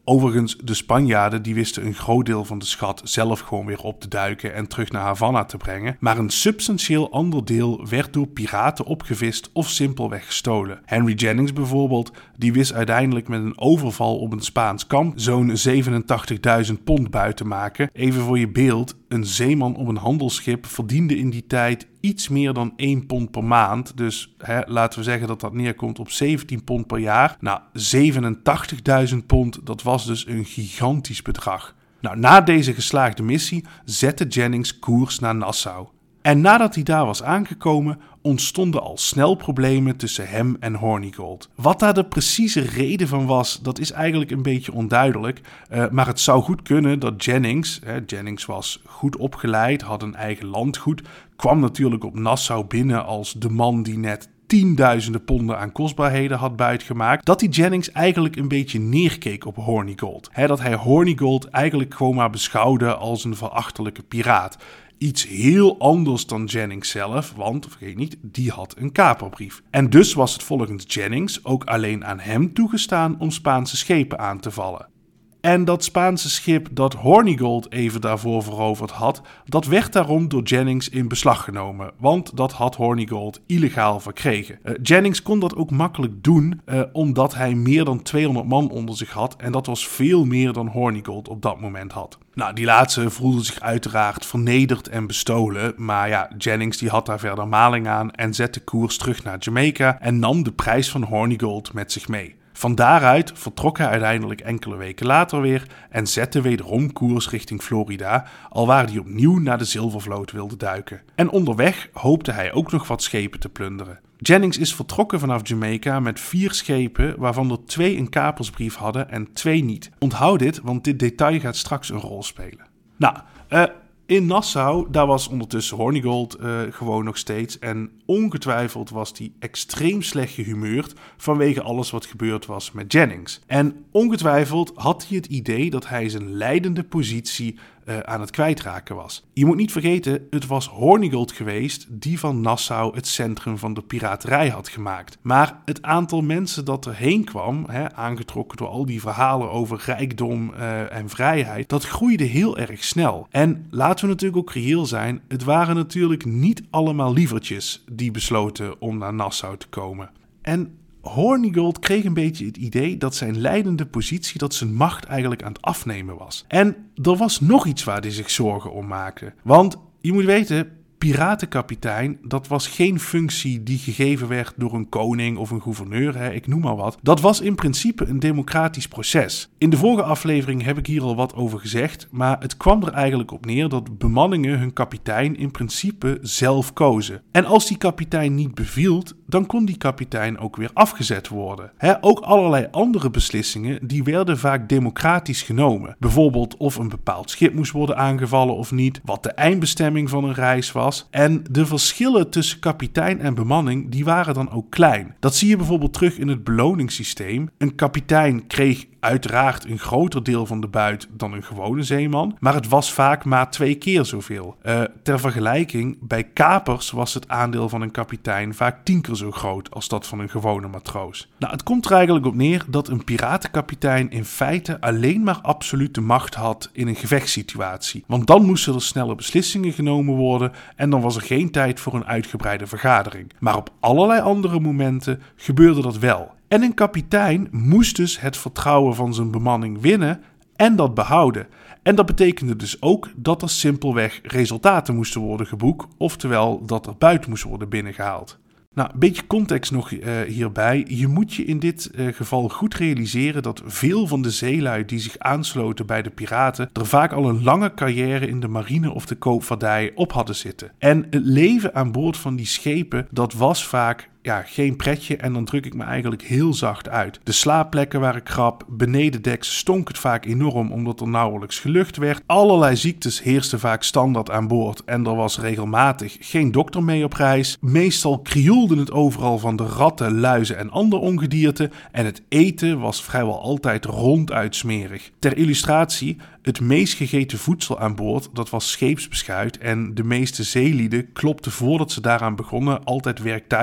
Overigens, de Spanjaarden die wisten een groot deel van de schat zelf gewoon weer op te duiken en terug naar Havana te brengen, maar een substantieel ander deel werd door piraten opgevist of simpelweg gestolen. Henry Jennings bijvoorbeeld, die wist uiteindelijk met een overval op een Spaans kamp zo'n zevenentachtigduizend pond buiten te maken. Even voor je beeld, een zeeman op een handelsschip verdiende in die tijd iets meer dan één pond per maand. Dus hè, laten we zeggen dat dat neerkomt op zeventien pond per jaar. Nou, zevenentachtigduizend pond, dat was dus een gigantisch bedrag. Nou, na deze geslaagde missie zette Jennings koers naar Nassau. En nadat hij daar was aangekomen, ontstonden al snel problemen tussen hem en Hornigold. Wat daar de precieze reden van was, dat is eigenlijk een beetje onduidelijk. Uh, maar het zou goed kunnen dat Jennings, hè, Jennings was goed opgeleid, had een eigen landgoed, kwam natuurlijk op Nassau binnen als de man die net tienduizenden ponden aan kostbaarheden had buitgemaakt, dat die Jennings eigenlijk een beetje neerkeek op Hornigold. He, dat hij Hornigold eigenlijk gewoon maar beschouwde als een verachtelijke piraat. Iets heel anders dan Jennings zelf, want, vergeet niet, die had een kaperbrief. En dus was het volgens Jennings ook alleen aan hem toegestaan om Spaanse schepen aan te vallen. En dat Spaanse schip dat Hornigold even daarvoor veroverd had, dat werd daarom door Jennings in beslag genomen, want dat had Hornigold illegaal verkregen. Uh, Jennings kon dat ook makkelijk doen, uh, omdat hij meer dan tweehonderd man onder zich had en dat was veel meer dan Hornigold op dat moment had. Nou, die laatste voelde zich uiteraard vernederd en bestolen, maar ja, Jennings die had daar verder maling aan en zette koers terug naar Jamaica en nam de prijs van Hornigold met zich mee. Van daaruit vertrok hij uiteindelijk enkele weken later weer en zette wederom koers richting Florida, alwaar hij opnieuw naar de zilvervloot wilde duiken. En onderweg hoopte hij ook nog wat schepen te plunderen. Jennings is vertrokken vanaf Jamaica met vier schepen, waarvan er twee een kapersbrief hadden en twee niet. Onthoud dit, want dit detail gaat straks een rol spelen. Nou, eh... Uh, In Nassau, daar was ondertussen Hornigold uh, gewoon nog steeds en ongetwijfeld was hij extreem slecht gehumeurd vanwege alles wat gebeurd was met Jennings. En ongetwijfeld had hij het idee dat hij zijn leidende positie uh, aan het kwijtraken was. Je moet niet vergeten, het was Hornigold geweest die van Nassau het centrum van de piraterij had gemaakt. Maar het aantal mensen dat erheen kwam, hè, aangetrokken door al die verhalen over rijkdom uh, en vrijheid, dat groeide heel erg snel. En laten we natuurlijk ook reëel zijn, het waren natuurlijk niet allemaal lievertjes die besloten om naar Nassau te komen. En Hornigold kreeg een beetje het idee dat zijn leidende positie, dat zijn macht eigenlijk aan het afnemen was. En er was nog iets waar hij zich zorgen om maakte. Want je moet weten, piratenkapitein, dat was geen functie die gegeven werd door een koning of een gouverneur, hè, ik noem maar wat. Dat was in principe een democratisch proces. In de vorige aflevering heb ik hier al wat over gezegd, maar het kwam er eigenlijk op neer dat bemanningen hun kapitein in principe zelf kozen. En als die kapitein niet beviel, dan kon die kapitein ook weer afgezet worden. Hè, ook allerlei andere beslissingen, die werden vaak democratisch genomen. Bijvoorbeeld of een bepaald schip moest worden aangevallen of niet, wat de eindbestemming van een reis was. En de verschillen tussen kapitein en bemanning, die waren dan ook klein. Dat zie je bijvoorbeeld terug in het beloningssysteem. Een kapitein kreeg uiteraard een groter deel van de buit dan een gewone zeeman, maar het was vaak maar twee keer zoveel. Uh, ter vergelijking, bij kapers was het aandeel van een kapitein vaak tien keer zo groot als dat van een gewone matroos. Nou, het komt er eigenlijk op neer dat een piratenkapitein in feite alleen maar absolute macht had in een gevechtssituatie. Want dan moesten er snelle beslissingen genomen worden en dan was er geen tijd voor een uitgebreide vergadering. Maar op allerlei andere momenten gebeurde dat wel. En een kapitein moest dus het vertrouwen van zijn bemanning winnen en dat behouden. En dat betekende dus ook dat er simpelweg resultaten moesten worden geboekt, oftewel dat er buit moest worden binnengehaald. Nou, een beetje context nog uh, hierbij. Je moet je in dit uh, geval goed realiseren dat veel van de zeelui die zich aansloten bij de piraten er vaak al een lange carrière in de marine of de koopvaardij op hadden zitten. En het leven aan boord van die schepen, dat was vaak ja, geen pretje en dan druk ik me eigenlijk heel zacht uit. De slaapplekken waren krap, benedendeks stonk het vaak enorm omdat er nauwelijks gelucht werd. Allerlei ziektes heersten vaak standaard aan boord en er was regelmatig geen dokter mee op reis. Meestal krioelde het overal van de ratten, luizen en ander ongedierte en het eten was vrijwel altijd ronduit smerig. Ter illustratie, het meest gegeten voedsel aan boord, dat was scheepsbeschuit en de meeste zeelieden klopten voordat ze daaraan begonnen altijd werktuigelijk met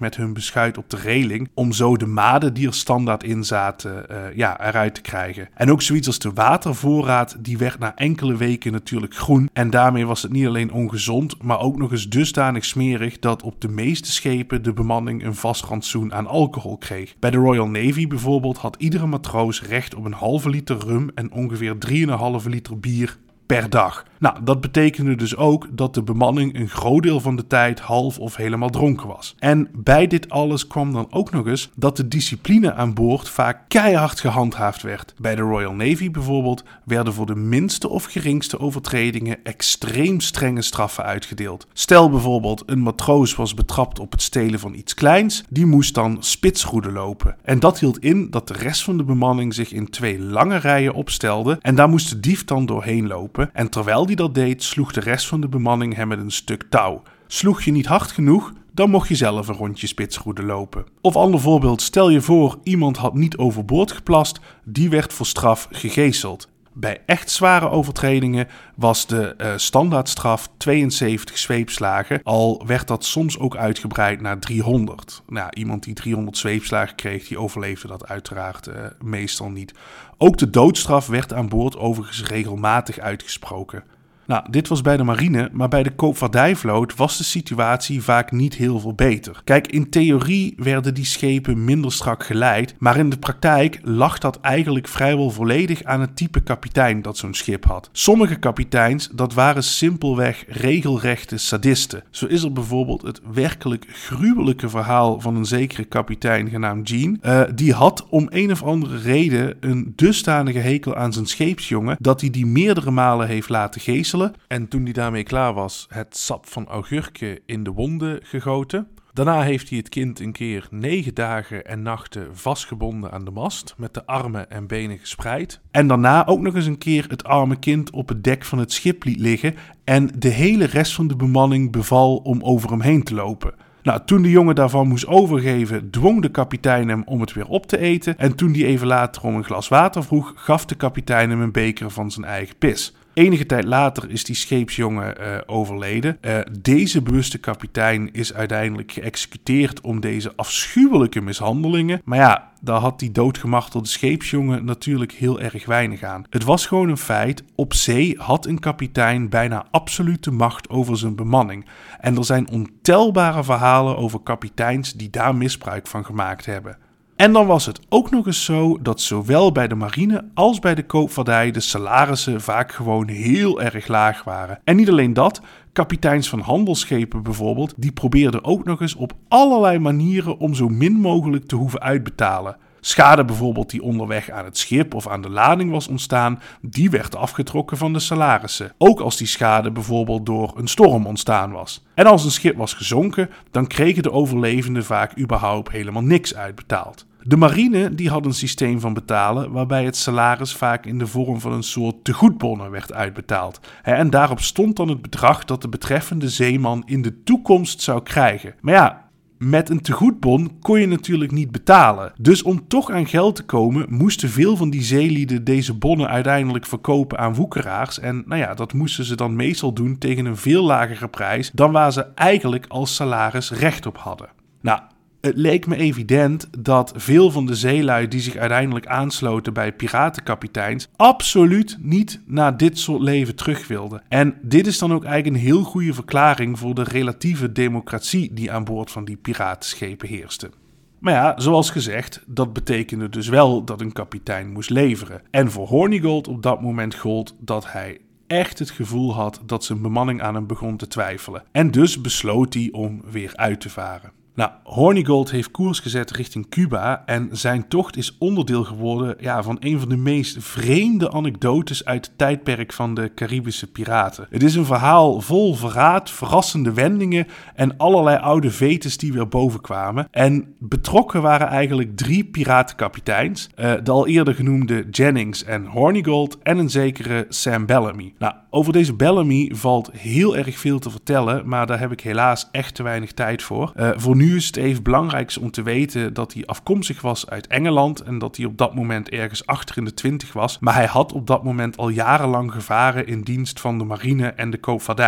met hun beschuit op de reling, om zo de maden die er standaard in zaten, uh, ja, eruit te krijgen. En ook zoiets als de watervoorraad, die werd na enkele weken natuurlijk groen. En daarmee was het niet alleen ongezond, maar ook nog eens dusdanig smerig dat op de meeste schepen de bemanning een vast rantsoen aan alcohol kreeg. Bij de Royal Navy bijvoorbeeld had iedere matroos recht op een halve liter rum en ongeveer drieënhalve liter bier per dag. Nou, dat betekende dus ook dat de bemanning een groot deel van de tijd half of helemaal dronken was. En bij dit alles kwam dan ook nog eens dat de discipline aan boord vaak keihard gehandhaafd werd. Bij de Royal Navy bijvoorbeeld werden voor de minste of geringste overtredingen extreem strenge straffen uitgedeeld. Stel bijvoorbeeld een matroos was betrapt op het stelen van iets kleins, die moest dan spitsroede lopen. En dat hield in dat de rest van de bemanning zich in twee lange rijen opstelde en daar moest de dief dan doorheen lopen. En terwijl die dat deed, sloeg de rest van de bemanning hem met een stuk touw. Sloeg je niet hard genoeg, dan mocht je zelf een rondje spitsroede lopen. Of ander voorbeeld, stel je voor, iemand had niet overboord geplast, die werd voor straf gegezeld. Bij echt zware overtredingen was de uh, standaardstraf tweeënzeventig zweepslagen, al werd dat soms ook uitgebreid naar driehonderd. Nou, iemand die driehonderd zweepslagen kreeg, die overleefde dat uiteraard uh, meestal niet. Ook de doodstraf werd aan boord overigens regelmatig uitgesproken. Nou, dit was bij de marine, maar bij de koopvaardijvloot was de situatie vaak niet heel veel beter. Kijk, in theorie werden die schepen minder strak geleid, maar in de praktijk lag dat eigenlijk vrijwel volledig aan het type kapitein dat zo'n schip had. Sommige kapiteins, dat waren simpelweg regelrechte sadisten. Zo is er bijvoorbeeld het werkelijk gruwelijke verhaal van een zekere kapitein genaamd Jean. Uh, die had om een of andere reden een dusdanige hekel aan zijn scheepsjongen dat hij die meerdere malen heeft laten geeselen. En toen hij daarmee klaar was, het sap van augurken in de wonden gegoten. Daarna heeft hij het kind een keer negen dagen en nachten vastgebonden aan de mast, met de armen en benen gespreid. En daarna ook nog eens een keer het arme kind op het dek van het schip liet liggen en de hele rest van de bemanning beval om over hem heen te lopen. Nou, toen de jongen daarvan moest overgeven, dwong de kapitein hem om het weer op te eten. En toen die even later om een glas water vroeg, gaf de kapitein hem een beker van zijn eigen pis. Enige tijd later is die scheepsjongen uh, overleden. Uh, deze bewuste kapitein is uiteindelijk geëxecuteerd om deze afschuwelijke mishandelingen. Maar ja, daar had die doodgemartelde scheepsjongen natuurlijk heel erg weinig aan. Het was gewoon een feit, op zee had een kapitein bijna absolute macht over zijn bemanning. En er zijn ontelbare verhalen over kapiteins die daar misbruik van gemaakt hebben. En dan was het ook nog eens zo dat zowel bij de marine als bij de koopvaardij de salarissen vaak gewoon heel erg laag waren. En niet alleen dat, kapiteins van handelsschepen bijvoorbeeld, die probeerden ook nog eens op allerlei manieren om zo min mogelijk te hoeven uitbetalen. Schade bijvoorbeeld die onderweg aan het schip of aan de lading was ontstaan, die werd afgetrokken van de salarissen. Ook als die schade bijvoorbeeld door een storm ontstaan was. En als een schip was gezonken, dan kregen de overlevenden vaak überhaupt helemaal niks uitbetaald. De marine die had een systeem van betalen waarbij het salaris vaak in de vorm van een soort tegoedbonnen werd uitbetaald. En daarop stond dan het bedrag dat de betreffende zeeman in de toekomst zou krijgen. Maar ja, met een tegoedbon kon je natuurlijk niet betalen. Dus om toch aan geld te komen, moesten veel van die zeelieden deze bonnen uiteindelijk verkopen aan woekeraars. En nou ja, dat moesten ze dan meestal doen tegen een veel lagere prijs dan waar ze eigenlijk als salaris recht op hadden. Nou, het leek me evident dat veel van de zeelui die zich uiteindelijk aansloten bij piratenkapiteins absoluut niet naar dit soort leven terug wilden. En dit is dan ook eigenlijk een heel goede verklaring voor de relatieve democratie die aan boord van die piratenschepen heerste. Maar ja, zoals gezegd, dat betekende dus wel dat een kapitein moest leveren. En voor Hornigold op dat moment gold dat hij echt het gevoel had dat zijn bemanning aan hem begon te twijfelen. En dus besloot hij om weer uit te varen. Nou, Hornigold heeft koers gezet richting Cuba en zijn tocht is onderdeel geworden ja, van een van de meest vreemde anekdotes uit het tijdperk van de Caribische piraten. Het is een verhaal vol verraad, verrassende wendingen en allerlei oude vetes die weer bovenkwamen. En betrokken waren eigenlijk drie piratenkapiteins, uh, de al eerder genoemde Jennings en Hornigold en een zekere Sam Bellamy. Nou, over deze Bellamy valt heel erg veel te vertellen, maar daar heb ik helaas echt te weinig tijd voor. Uh, voor nu is het even belangrijk om te weten dat hij afkomstig was uit Engeland en dat hij op dat moment ergens achter in de twintig was. Maar hij had op dat moment al jarenlang gevaren in dienst van de marine en de koopvaardij.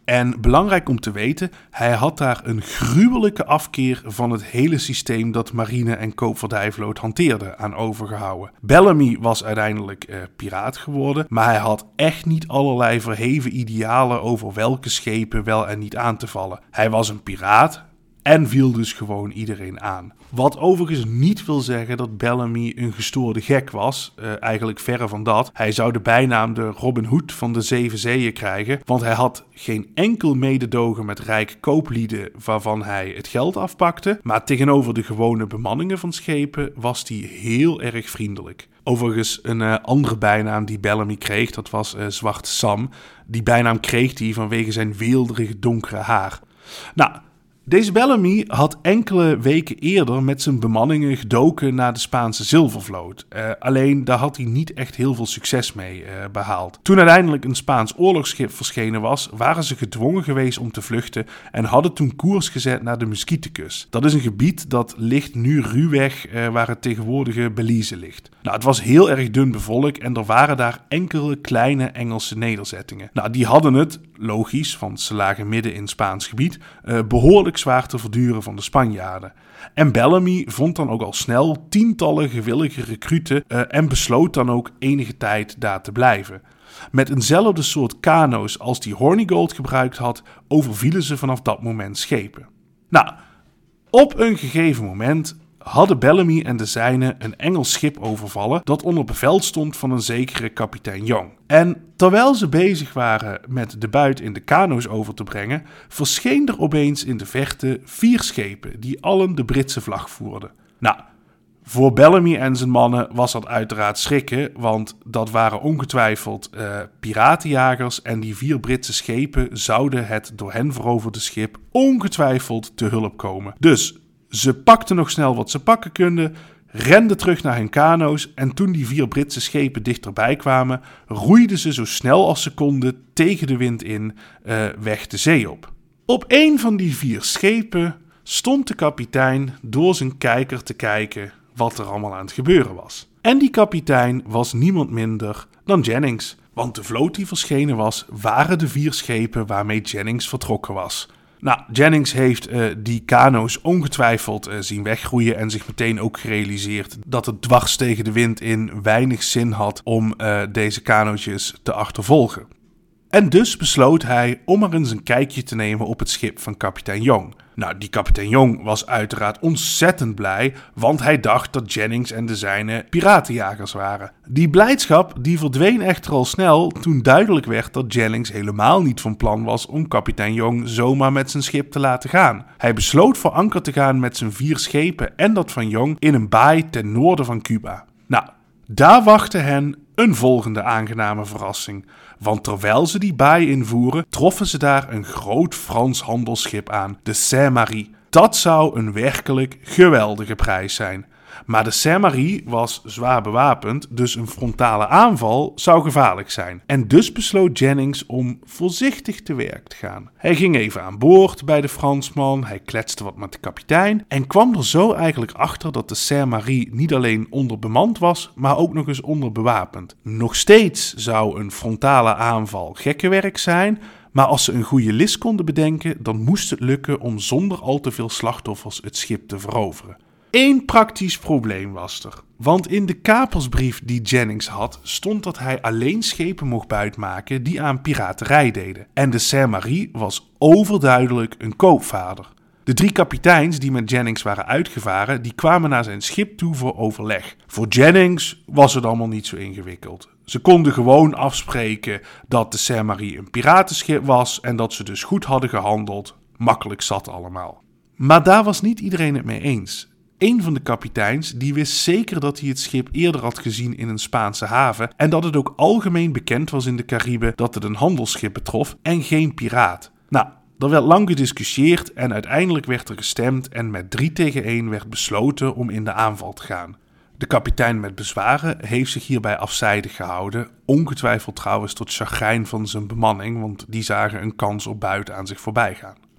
En belangrijk om te weten, hij had daar een gruwelijke afkeer van het hele systeem dat marine- en koopvaardijvloot hanteerde aan overgehouden. Bellamy was uiteindelijk uh, piraat geworden, maar hij had echt niet allerlei verheven idealen over welke schepen wel en niet aan te vallen. Hij was een piraat en viel dus gewoon iedereen aan. Wat overigens niet wil zeggen dat Bellamy een gestoorde gek was, uh, eigenlijk verre van dat. Hij zou de bijnaam de Robin Hood van de Zeven Zeeën krijgen, want hij had geen enkel mededogen met rijke kooplieden waarvan hij het geld afpakte, maar tegenover de gewone bemanningen van schepen was hij heel erg vriendelijk. Overigens, een uh, andere bijnaam die Bellamy kreeg, dat was uh, Zwarte Sam. Die bijnaam kreeg hij vanwege zijn weelderige donkere haar. Nou, deze Bellamy had enkele weken eerder met zijn bemanningen gedoken naar de Spaanse zilvervloot. Uh, alleen daar had hij niet echt heel veel succes mee uh, behaald. Toen uiteindelijk een Spaans oorlogsschip verschenen was, waren ze gedwongen geweest om te vluchten en hadden toen koers gezet naar de Muskietecus. Dat is een gebied dat ligt nu ruwweg uh, waar het tegenwoordige Belize ligt. Nou, het was heel erg dun bevolkt en er waren daar enkele kleine Engelse nederzettingen. Nou, die hadden het, logisch, want ze lagen midden in Spaans gebied, uh, behoorlijk zwaar te verduren van de Spanjaarden. En Bellamy vond dan ook al snel tientallen gewillige recruten uh, en besloot dan ook enige tijd daar te blijven. Met eenzelfde soort kano's als die Hornigold gebruikt had, overvielen ze vanaf dat moment schepen. Nou, op een gegeven moment hadden Bellamy en de zijnen een Engels schip overvallen dat onder bevel stond van een zekere kapitein Young. En terwijl ze bezig waren met de buit in de kano's over te brengen, verscheen er opeens in de verte vier schepen die allen de Britse vlag voerden. Nou, voor Bellamy en zijn mannen was dat uiteraard schrikken, want dat waren ongetwijfeld uh, piratenjagers en die vier Britse schepen zouden het door hen veroverde schip ongetwijfeld te hulp komen. Dus ze pakten nog snel wat ze pakken konden, renden terug naar hun kano's en toen die vier Britse schepen dichterbij kwamen, roeiden ze zo snel als ze konden tegen de wind in uh, weg de zee op. Op een van die vier schepen stond de kapitein door zijn kijker te kijken wat er allemaal aan het gebeuren was. En die kapitein was niemand minder dan Jennings, want de vloot die verschenen was, waren de vier schepen waarmee Jennings vertrokken was. Nou, Jennings heeft uh, die kano's ongetwijfeld uh, zien weggroeien en zich meteen ook gerealiseerd dat het dwars tegen de wind in weinig zin had om uh, deze kanootjes te achtervolgen. En dus besloot hij om maar eens een kijkje te nemen op het schip van kapitein Young. Nou, die kapitein Young was uiteraard ontzettend blij, want hij dacht dat Jennings en de zijnen piratenjagers waren. Die blijdschap die verdween echter al snel toen duidelijk werd dat Jennings helemaal niet van plan was om kapitein Young zomaar met zijn schip te laten gaan. Hij besloot voor anker te gaan met zijn vier schepen en dat van Young in een baai ten noorden van Cuba. Nou, daar wachtte hen een volgende aangename verrassing. Want terwijl ze die baai invoeren, troffen ze daar een groot Frans handelsschip aan, de Saint-Marie. Dat zou een werkelijk geweldige prijs zijn. Maar de Saint-Marie was zwaar bewapend, dus een frontale aanval zou gevaarlijk zijn. En dus besloot Jennings om voorzichtig te werk te gaan. Hij ging even aan boord bij de Fransman, hij kletste wat met de kapitein en kwam er zo eigenlijk achter dat de Saint-Marie niet alleen onderbemand was, maar ook nog eens onderbewapend. Nog steeds zou een frontale aanval gekkenwerk zijn, maar als ze een goede list konden bedenken, dan moest het lukken om zonder al te veel slachtoffers het schip te veroveren. Eén praktisch probleem was er, want in de kapersbrief die Jennings had, stond dat hij alleen schepen mocht buitmaken die aan piraterij deden. En de Saint-Marie was overduidelijk een koopvaarder. De drie kapiteins die met Jennings waren uitgevaren, die kwamen naar zijn schip toe voor overleg. Voor Jennings was het allemaal niet zo ingewikkeld. Ze konden gewoon afspreken dat de Saint-Marie een piratenschip was en dat ze dus goed hadden gehandeld. Makkelijk zat allemaal. Maar daar was niet iedereen het mee eens. Een van de kapiteins die wist zeker dat hij het schip eerder had gezien in een Spaanse haven en dat het ook algemeen bekend was in de Cariben dat het een handelsschip betrof en geen piraat. Nou, er werd lang gediscussieerd en uiteindelijk werd er gestemd en met drie tegen één werd besloten om in de aanval te gaan. De kapitein met bezwaren heeft zich hierbij afzijdig gehouden, ongetwijfeld trouwens tot chagrijn van zijn bemanning, want die zagen een kans op buit aan zich voorbij gaan.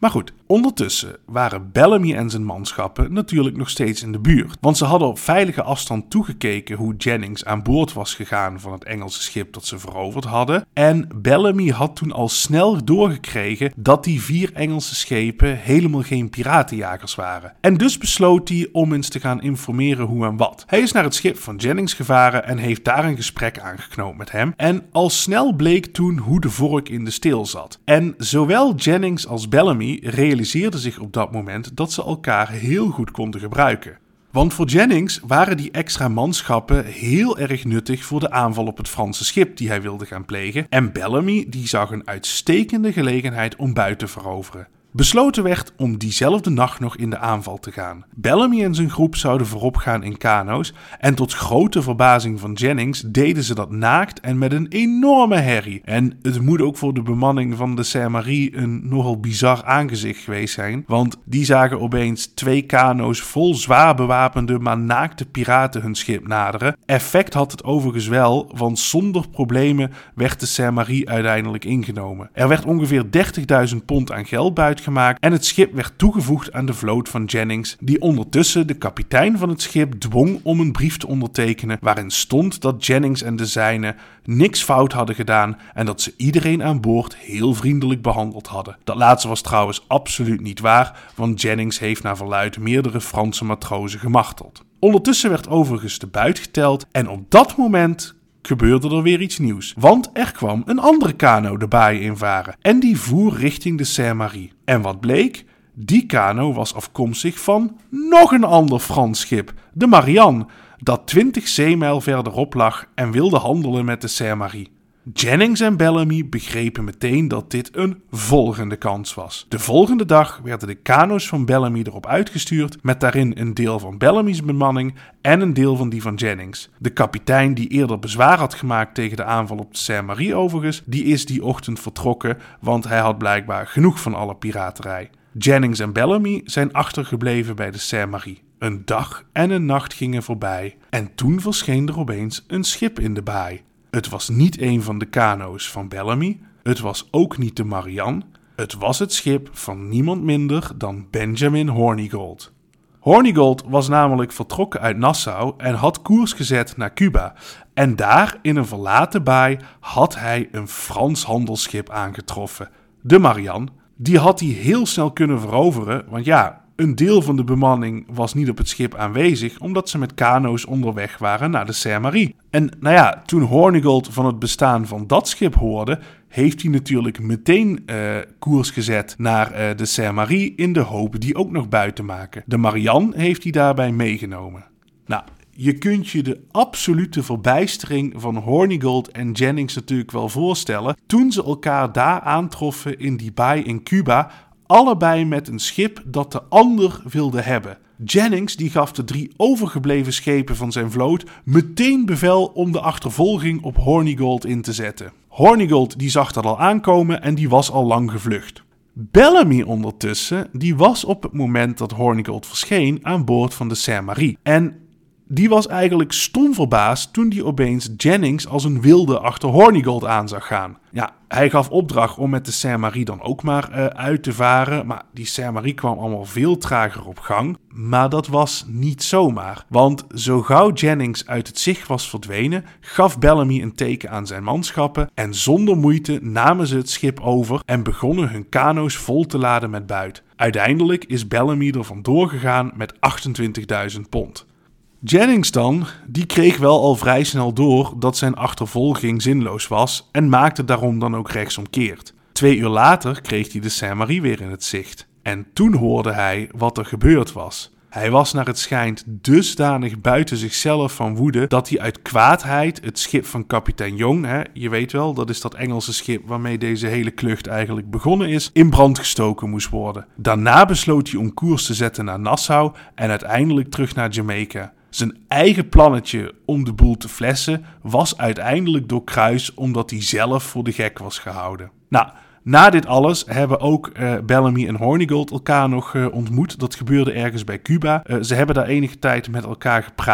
Maar goed, ondertussen waren Bellamy en zijn manschappen natuurlijk nog steeds in de buurt. Want ze hadden op veilige afstand toegekeken hoe Jennings aan boord was gegaan van het Engelse schip dat ze veroverd hadden. En Bellamy had toen al snel doorgekregen dat die vier Engelse schepen helemaal geen piratenjagers waren. En dus besloot hij om eens te gaan informeren hoe en wat. Hij is naar het schip van Jennings gevaren en heeft daar een gesprek aangeknoopt met hem. En al snel bleek toen hoe de vork in de steel zat. En zowel Jennings als Bellamy realiseerden zich op dat moment dat ze elkaar heel goed konden gebruiken. Want voor Jennings waren die extra manschappen heel erg nuttig voor de aanval op het Franse schip die hij wilde gaan plegen. En Bellamy die zag een uitstekende gelegenheid om buit te veroveren. Besloten werd om diezelfde nacht nog in de aanval te gaan. Bellamy en zijn groep zouden voorop gaan in kano's en tot grote verbazing van Jennings deden ze dat naakt en met een enorme herrie. En het moet ook voor de bemanning van de Saint-Marie een nogal bizar aangezicht geweest zijn, want die zagen opeens twee kano's vol zwaar bewapende maar naakte piraten hun schip naderen. Effect had het overigens wel, want zonder problemen werd de Saint-Marie uiteindelijk ingenomen. Er werd ongeveer dertigduizend pond aan geld buiten gemaakt en het schip werd toegevoegd aan de vloot van Jennings, die ondertussen de kapitein van het schip dwong om een brief te ondertekenen waarin stond dat Jennings en de zijnen niks fout hadden gedaan en dat ze iedereen aan boord heel vriendelijk behandeld hadden. Dat laatste was trouwens absoluut niet waar, want Jennings heeft naar verluidt meerdere Franse matrozen gemarteld. Ondertussen werd overigens de buit geteld en op dat moment gebeurde er weer iets nieuws. Want er kwam een andere kano de baai invaren en die voer richting de Saint-Marie. En wat bleek? Die kano was afkomstig van nog een ander Frans schip, de Marianne, dat twintig zeemijl verderop lag en wilde handelen met de Saint-Marie. Jennings en Bellamy begrepen meteen dat dit een volgende kans was. De volgende dag werden de kano's van Bellamy erop uitgestuurd met daarin een deel van Bellamy's bemanning en een deel van die van Jennings. De kapitein die eerder bezwaar had gemaakt tegen de aanval op de Saint-Marie overigens, die is die ochtend vertrokken, want hij had blijkbaar genoeg van alle piraterij. Jennings en Bellamy zijn achtergebleven bij de Saint-Marie. Een dag en een nacht gingen voorbij en toen verscheen er opeens een schip in de baai. Het was niet een van de kano's van Bellamy, het was ook niet de Marianne, het was het schip van niemand minder dan Benjamin Hornigold. Hornigold was namelijk vertrokken uit Nassau en had koers gezet naar Cuba. En daar, in een verlaten baai, had hij een Frans handelsschip aangetroffen, de Marianne. Die had hij heel snel kunnen veroveren, want ja, een deel van de bemanning was niet op het schip aanwezig, omdat ze met kano's onderweg waren naar de Saint-Marie. En nou ja, toen Hornigold van het bestaan van dat schip hoorde, heeft hij natuurlijk meteen uh, koers gezet naar uh, de Saint-Marie in de hoop die ook nog buiten te maken. De Marianne heeft hij daarbij meegenomen. Nou, je kunt je de absolute verbijstering van Hornigold en Jennings natuurlijk wel voorstellen toen ze elkaar daar aantroffen in die baai in Cuba, allebei met een schip dat de ander wilde hebben. Jennings die gaf de drie overgebleven schepen van zijn vloot meteen bevel om de achtervolging op Hornigold in te zetten. Hornigold die zag dat al aankomen en die was al lang gevlucht. Bellamy ondertussen, die was op het moment dat Hornigold verscheen aan boord van de Saint-Marie. En die was eigenlijk stom verbaasd toen die opeens Jennings als een wilde achter Hornigold aan zag gaan. Ja, hij gaf opdracht om met de Saint-Marie dan ook maar uh, uit te varen, maar die Saint-Marie kwam allemaal veel trager op gang. Maar dat was niet zomaar, want zo gauw Jennings uit het zicht was verdwenen, gaf Bellamy een teken aan zijn manschappen en zonder moeite namen ze het schip over en begonnen hun kano's vol te laden met buit. Uiteindelijk is Bellamy er vandoor gegaan met achtentwintigduizend pond. Jennings dan, die kreeg wel al vrij snel door dat zijn achtervolging zinloos was en maakte daarom dan ook rechtsomkeert. Twee uur later kreeg hij de Saint-Marie weer in het zicht. En toen hoorde hij wat er gebeurd was. Hij was naar het schijnt dusdanig buiten zichzelf van woede dat hij uit kwaadheid het schip van kapitein Young, hè, je weet wel, dat is dat Engelse schip waarmee deze hele klucht eigenlijk begonnen is, in brand gestoken moest worden. Daarna besloot hij om koers te zetten naar Nassau en uiteindelijk terug naar Jamaica. Zijn eigen plannetje om de boel te flessen was uiteindelijk doorkruist omdat hij zelf voor de gek was gehouden. Nou, na dit alles hebben ook uh, Bellamy en Hornigold elkaar nog uh, ontmoet. Dat gebeurde ergens bij Cuba. Uh, ze hebben daar enige tijd met elkaar gepraat.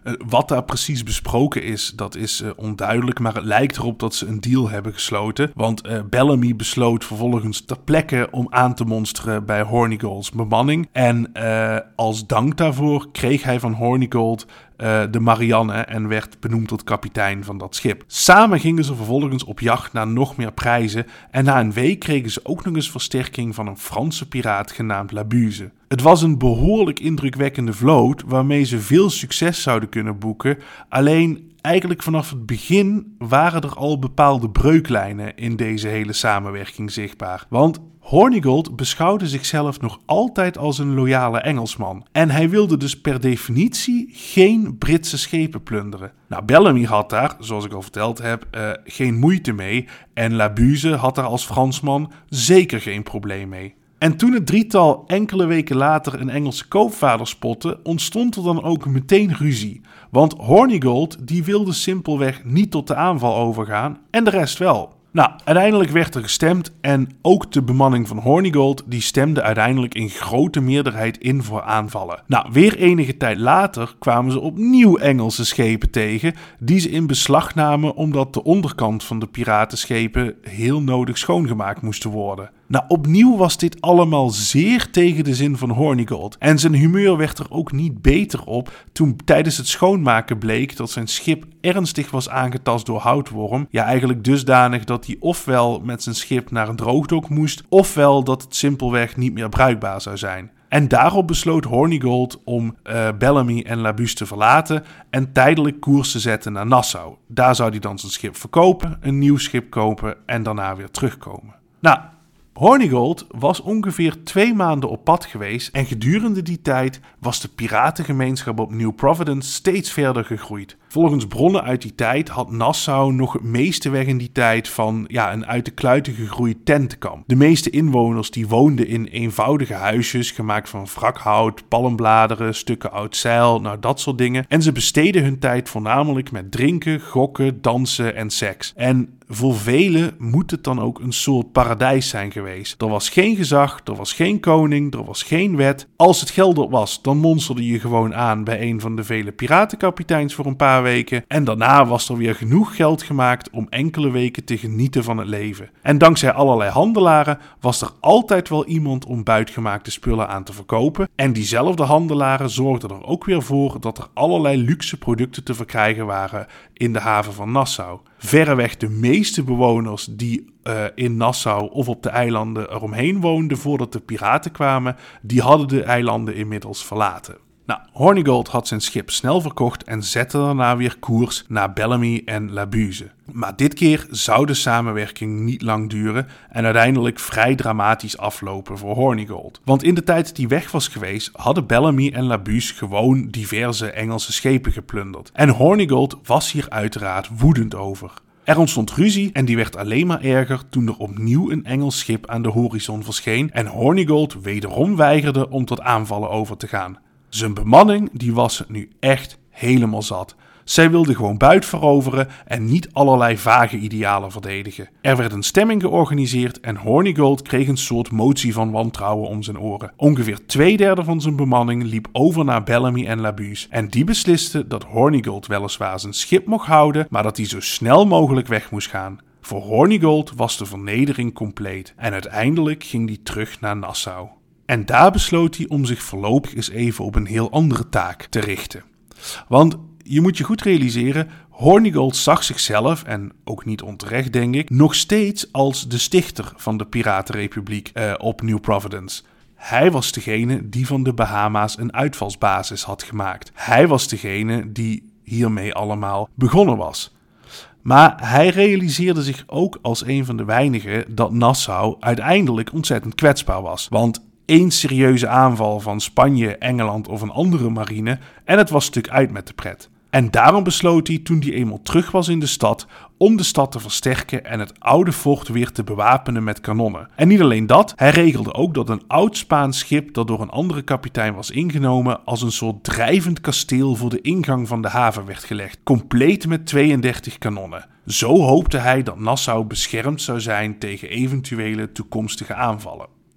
Uh, wat daar precies besproken is, dat is uh, onduidelijk, maar het lijkt erop dat ze een deal hebben gesloten. Want uh, Bellamy besloot vervolgens ter plekke om aan te monsteren bij Hornigold's bemanning. En uh, als dank daarvoor kreeg hij van Hornigold Uh, de Marianne en werd benoemd tot kapitein van dat schip. Samen gingen ze vervolgens op jacht naar nog meer prijzen en na een week kregen ze ook nog eens versterking van een Franse piraat genaamd Labuse. Het was een behoorlijk indrukwekkende vloot waarmee ze veel succes zouden kunnen boeken, alleen eigenlijk vanaf het begin waren er al bepaalde breuklijnen in deze hele samenwerking zichtbaar. Want Hornigold beschouwde zichzelf nog altijd als een loyale Engelsman. En hij wilde dus per definitie geen Britse schepen plunderen. Nou, Bellamy had daar, zoals ik al verteld heb, uh, geen moeite mee. En Labuse had daar als Fransman zeker geen probleem mee. En toen het drietal enkele weken later een Engelse koopvaarder spotte, ontstond er dan ook meteen ruzie. Want Hornigold die wilde simpelweg niet tot de aanval overgaan en de rest wel. Nou, uiteindelijk werd er gestemd en ook de bemanning van Hornigold die stemde uiteindelijk in grote meerderheid in voor aanvallen. Nou, weer enige tijd later kwamen ze opnieuw Engelse schepen tegen die ze in beslag namen omdat de onderkant van de piratenschepen heel nodig schoongemaakt moesten worden. Nou, opnieuw was dit allemaal zeer tegen de zin van Hornigold. En zijn humeur werd er ook niet beter op toen tijdens het schoonmaken bleek dat zijn schip ernstig was aangetast door houtworm. Ja, eigenlijk dusdanig dat hij ofwel met zijn schip naar een droogdok moest, ofwel dat het simpelweg niet meer bruikbaar zou zijn. En daarop besloot Hornigold om uh, Bellamy en Labuse te verlaten en tijdelijk koers te zetten naar Nassau. Daar zou hij dan zijn schip verkopen, een nieuw schip kopen en daarna weer terugkomen. Nou, Hornigold was ongeveer twee maanden op pad geweest en gedurende die tijd was de piratengemeenschap op New Providence steeds verder gegroeid. Volgens bronnen uit die tijd had Nassau nog het meeste weg in die tijd van ja, een uit de kluiten gegroeid tentenkamp. De meeste inwoners die woonden in eenvoudige huisjes gemaakt van wrakhout, palmbladeren, stukken oud zeil, nou dat soort dingen. En ze besteden hun tijd voornamelijk met drinken, gokken, dansen en seks. En voor velen moet het dan ook een soort paradijs zijn geweest. Er was geen gezag, er was geen koning, er was geen wet. Als het geld op was, dan monsterde je gewoon aan bij een van de vele piratenkapiteins voor een paar weken. En daarna was er weer genoeg geld gemaakt om enkele weken te genieten van het leven. En dankzij allerlei handelaren was er altijd wel iemand om buitgemaakte spullen aan te verkopen. En diezelfde handelaren zorgden er ook weer voor dat er allerlei luxe producten te verkrijgen waren in de haven van Nassau. Verreweg de meeste bewoners die uh, in Nassau of op de eilanden eromheen woonden voordat de piraten kwamen, die hadden de eilanden inmiddels verlaten. Nou, Hornigold had zijn schip snel verkocht en zette daarna weer koers naar Bellamy en Labuse. Maar dit keer zou de samenwerking niet lang duren en uiteindelijk vrij dramatisch aflopen voor Hornigold. Want in de tijd dat hij weg was geweest, hadden Bellamy en Labuse gewoon diverse Engelse schepen geplunderd. En Hornigold was hier uiteraard woedend over. Er ontstond ruzie en die werd alleen maar erger toen er opnieuw een Engels schip aan de horizon verscheen en Hornigold wederom weigerde om tot aanvallen over te gaan. Zijn bemanning die was het nu echt helemaal zat. Zij wilde gewoon buit veroveren en niet allerlei vage idealen verdedigen. Er werd een stemming georganiseerd en Hornigold kreeg een soort motie van wantrouwen om zijn oren. Ongeveer twee derde van zijn bemanning liep over naar Bellamy en Labuse en die beslisten dat Hornigold weliswaar zijn schip mocht houden, maar dat hij zo snel mogelijk weg moest gaan. Voor Hornigold was de vernedering compleet en uiteindelijk ging hij terug naar Nassau. En daar besloot hij om zich voorlopig eens even op een heel andere taak te richten. Want je moet je goed realiseren, Hornigold zag zichzelf, en ook niet onterecht denk ik, nog steeds als de stichter van de Piratenrepubliek uh, op New Providence. Hij was degene die van de Bahama's een uitvalsbasis had gemaakt. Hij was degene die hiermee allemaal begonnen was. Maar hij realiseerde zich ook als een van de weinigen dat Nassau uiteindelijk ontzettend kwetsbaar was. Want één serieuze aanval van Spanje, Engeland of een andere marine en het was stuk uit met de pret. En daarom besloot hij, toen hij eenmaal terug was in de stad, om de stad te versterken en het oude fort weer te bewapenen met kanonnen. En niet alleen dat, hij regelde ook dat een oud Spaans schip dat door een andere kapitein was ingenomen als een soort drijvend kasteel voor de ingang van de haven werd gelegd, compleet met tweeëndertig kanonnen. Zo hoopte hij dat Nassau beschermd zou zijn tegen eventuele toekomstige aanvallen.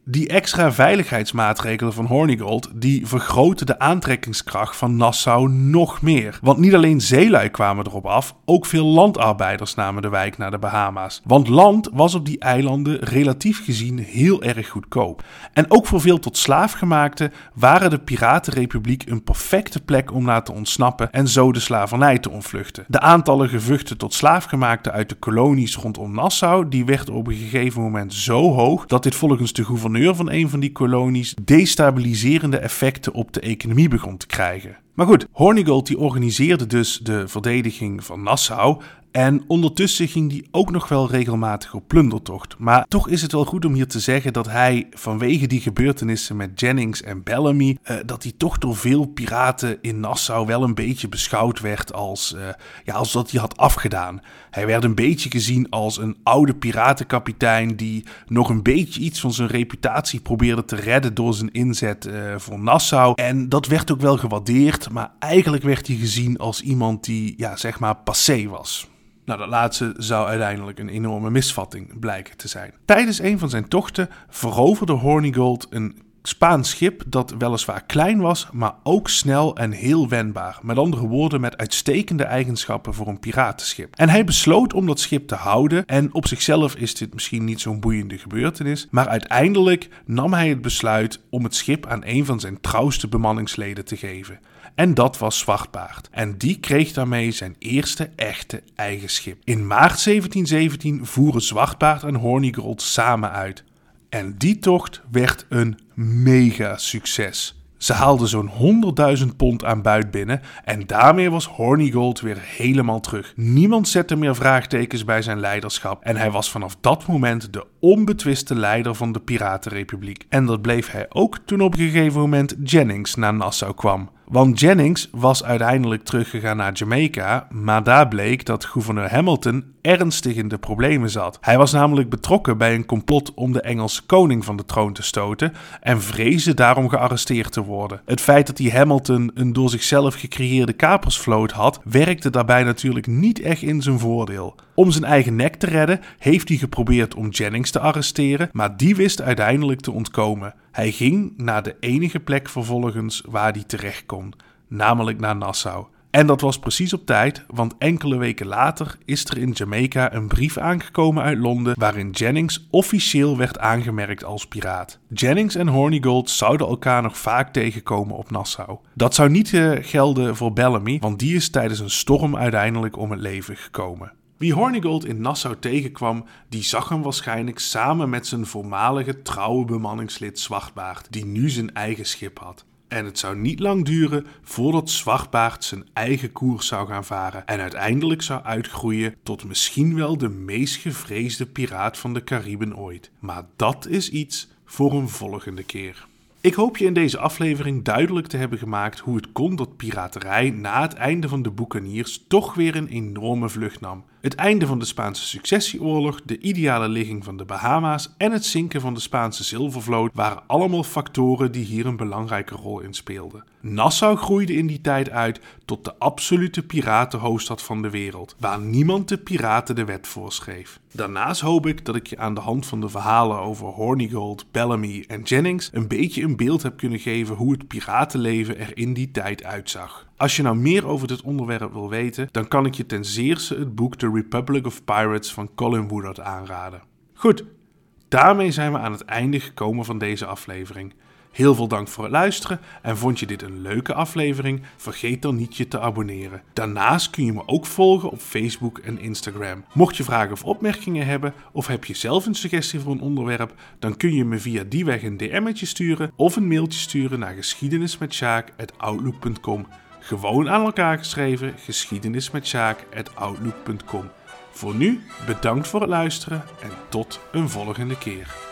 Die extra veiligheidsmaatregelen van Hornigold die vergroten de aantrekkingskracht van Nassau nog meer. Want niet alleen zeelui kwamen erop af, ook veel landarbeiders namen de wijk naar de Bahama's. Want land was op die eilanden relatief gezien heel erg goedkoop. En ook voor veel tot slaafgemaakten waren de Piratenrepubliek een perfecte plek om naar te ontsnappen en zo de slavernij te ontvluchten. De aantallen gevuchten tot slaafgemaakten uit de kolonies rondom Nassau die werd op een gegeven moment zo hoog dat dit volgens de gouverneur van een van die kolonies destabiliserende effecten op de economie begon te krijgen. Maar goed, Hornigold die organiseerde dus de verdediging van Nassau en ondertussen ging hij ook nog wel regelmatig op plundertocht. Maar toch is het wel goed om hier te zeggen dat hij vanwege die gebeurtenissen met Jennings en Bellamy, uh, dat hij toch door veel piraten in Nassau wel een beetje beschouwd werd als, uh, ja, als dat hij had afgedaan. Hij werd een beetje gezien als een oude piratenkapitein die nog een beetje iets van zijn reputatie probeerde te redden door zijn inzet uh, voor Nassau. En dat werd ook wel gewaardeerd, maar eigenlijk werd hij gezien als iemand die, ja, zeg maar, passé was. Nou, dat laatste zou uiteindelijk een enorme misvatting blijken te zijn. Tijdens een van zijn tochten veroverde Hornigold een Spaans schip dat weliswaar klein was, maar ook snel en heel wendbaar. Met andere woorden, met uitstekende eigenschappen voor een piratenschip. En hij besloot om dat schip te houden en op zichzelf is dit misschien niet zo'n boeiende gebeurtenis, maar uiteindelijk nam hij het besluit om het schip aan een van zijn trouwste bemanningsleden te geven. En dat was Zwartbaard. En die kreeg daarmee zijn eerste echte eigen schip. In maart zeventien zeventien voeren Zwartbaard en Hornigold samen uit. En die tocht werd een mega succes. Ze haalden zo'n honderdduizend pond aan buit binnen en daarmee was Hornigold weer helemaal terug. Niemand zette meer vraagtekens bij zijn leiderschap en hij was vanaf dat moment de onbetwiste leider van de Piratenrepubliek. En dat bleef hij ook toen op een gegeven moment Jennings naar Nassau kwam. Want Jennings was uiteindelijk teruggegaan naar Jamaica, maar daar bleek dat gouverneur Hamilton ernstig in de problemen zat. Hij was namelijk betrokken bij een complot om de Engelse koning van de troon te stoten en vreesde daarom gearresteerd te worden. Het feit dat hij Hamilton een door zichzelf gecreëerde kapersvloot had, werkte daarbij natuurlijk niet echt in zijn voordeel. Om zijn eigen nek te redden heeft hij geprobeerd om Jennings te arresteren, maar die wist uiteindelijk te ontkomen. Hij ging naar de enige plek vervolgens waar hij terecht kon, namelijk naar Nassau. En dat was precies op tijd, want enkele weken later is er in Jamaica een brief aangekomen uit Londen waarin Jennings officieel werd aangemerkt als piraat. Jennings en Hornigold zouden elkaar nog vaak tegenkomen op Nassau. Dat zou niet uh, gelden voor Bellamy, want die is tijdens een storm uiteindelijk om het leven gekomen. Wie Hornigold in Nassau tegenkwam, die zag hem waarschijnlijk samen met zijn voormalige trouwe bemanningslid Zwartbaard, die nu zijn eigen schip had. En het zou niet lang duren voordat Zwartbaard zijn eigen koers zou gaan varen en uiteindelijk zou uitgroeien tot misschien wel de meest gevreesde piraat van de Cariben ooit. Maar dat is iets voor een volgende keer. Ik hoop je in deze aflevering duidelijk te hebben gemaakt hoe het kon dat piraterij na het einde van de Buccaneers toch weer een enorme vlucht nam. Het einde van de Spaanse Successieoorlog, de ideale ligging van de Bahama's en het zinken van de Spaanse zilvervloot waren allemaal factoren die hier een belangrijke rol in speelden. Nassau groeide in die tijd uit tot de absolute piratenhoofdstad van de wereld, waar niemand de piraten de wet voorschreef. Daarnaast hoop ik dat ik je aan de hand van de verhalen over Hornigold, Bellamy en Jennings een beetje een beeld heb kunnen geven hoe het piratenleven er in die tijd uitzag. Als je nou meer over dit onderwerp wil weten, dan kan ik je ten zeerste het boek The Republic of Pirates van Colin Woodard aanraden. Goed, daarmee zijn we aan het einde gekomen van deze aflevering. Heel veel dank voor het luisteren en vond je dit een leuke aflevering? Vergeet dan niet je te abonneren. Daarnaast kun je me ook volgen op Facebook en Instagram. Mocht je vragen of opmerkingen hebben of heb je zelf een suggestie voor een onderwerp, dan kun je me via die weg een D M'tje sturen of een mailtje sturen naar geschiedenis met sjaak at outlook punt com. Gewoon aan elkaar geschreven, geschiedenis met sjaak at outlook punt com. Voor nu, bedankt voor het luisteren en tot een volgende keer.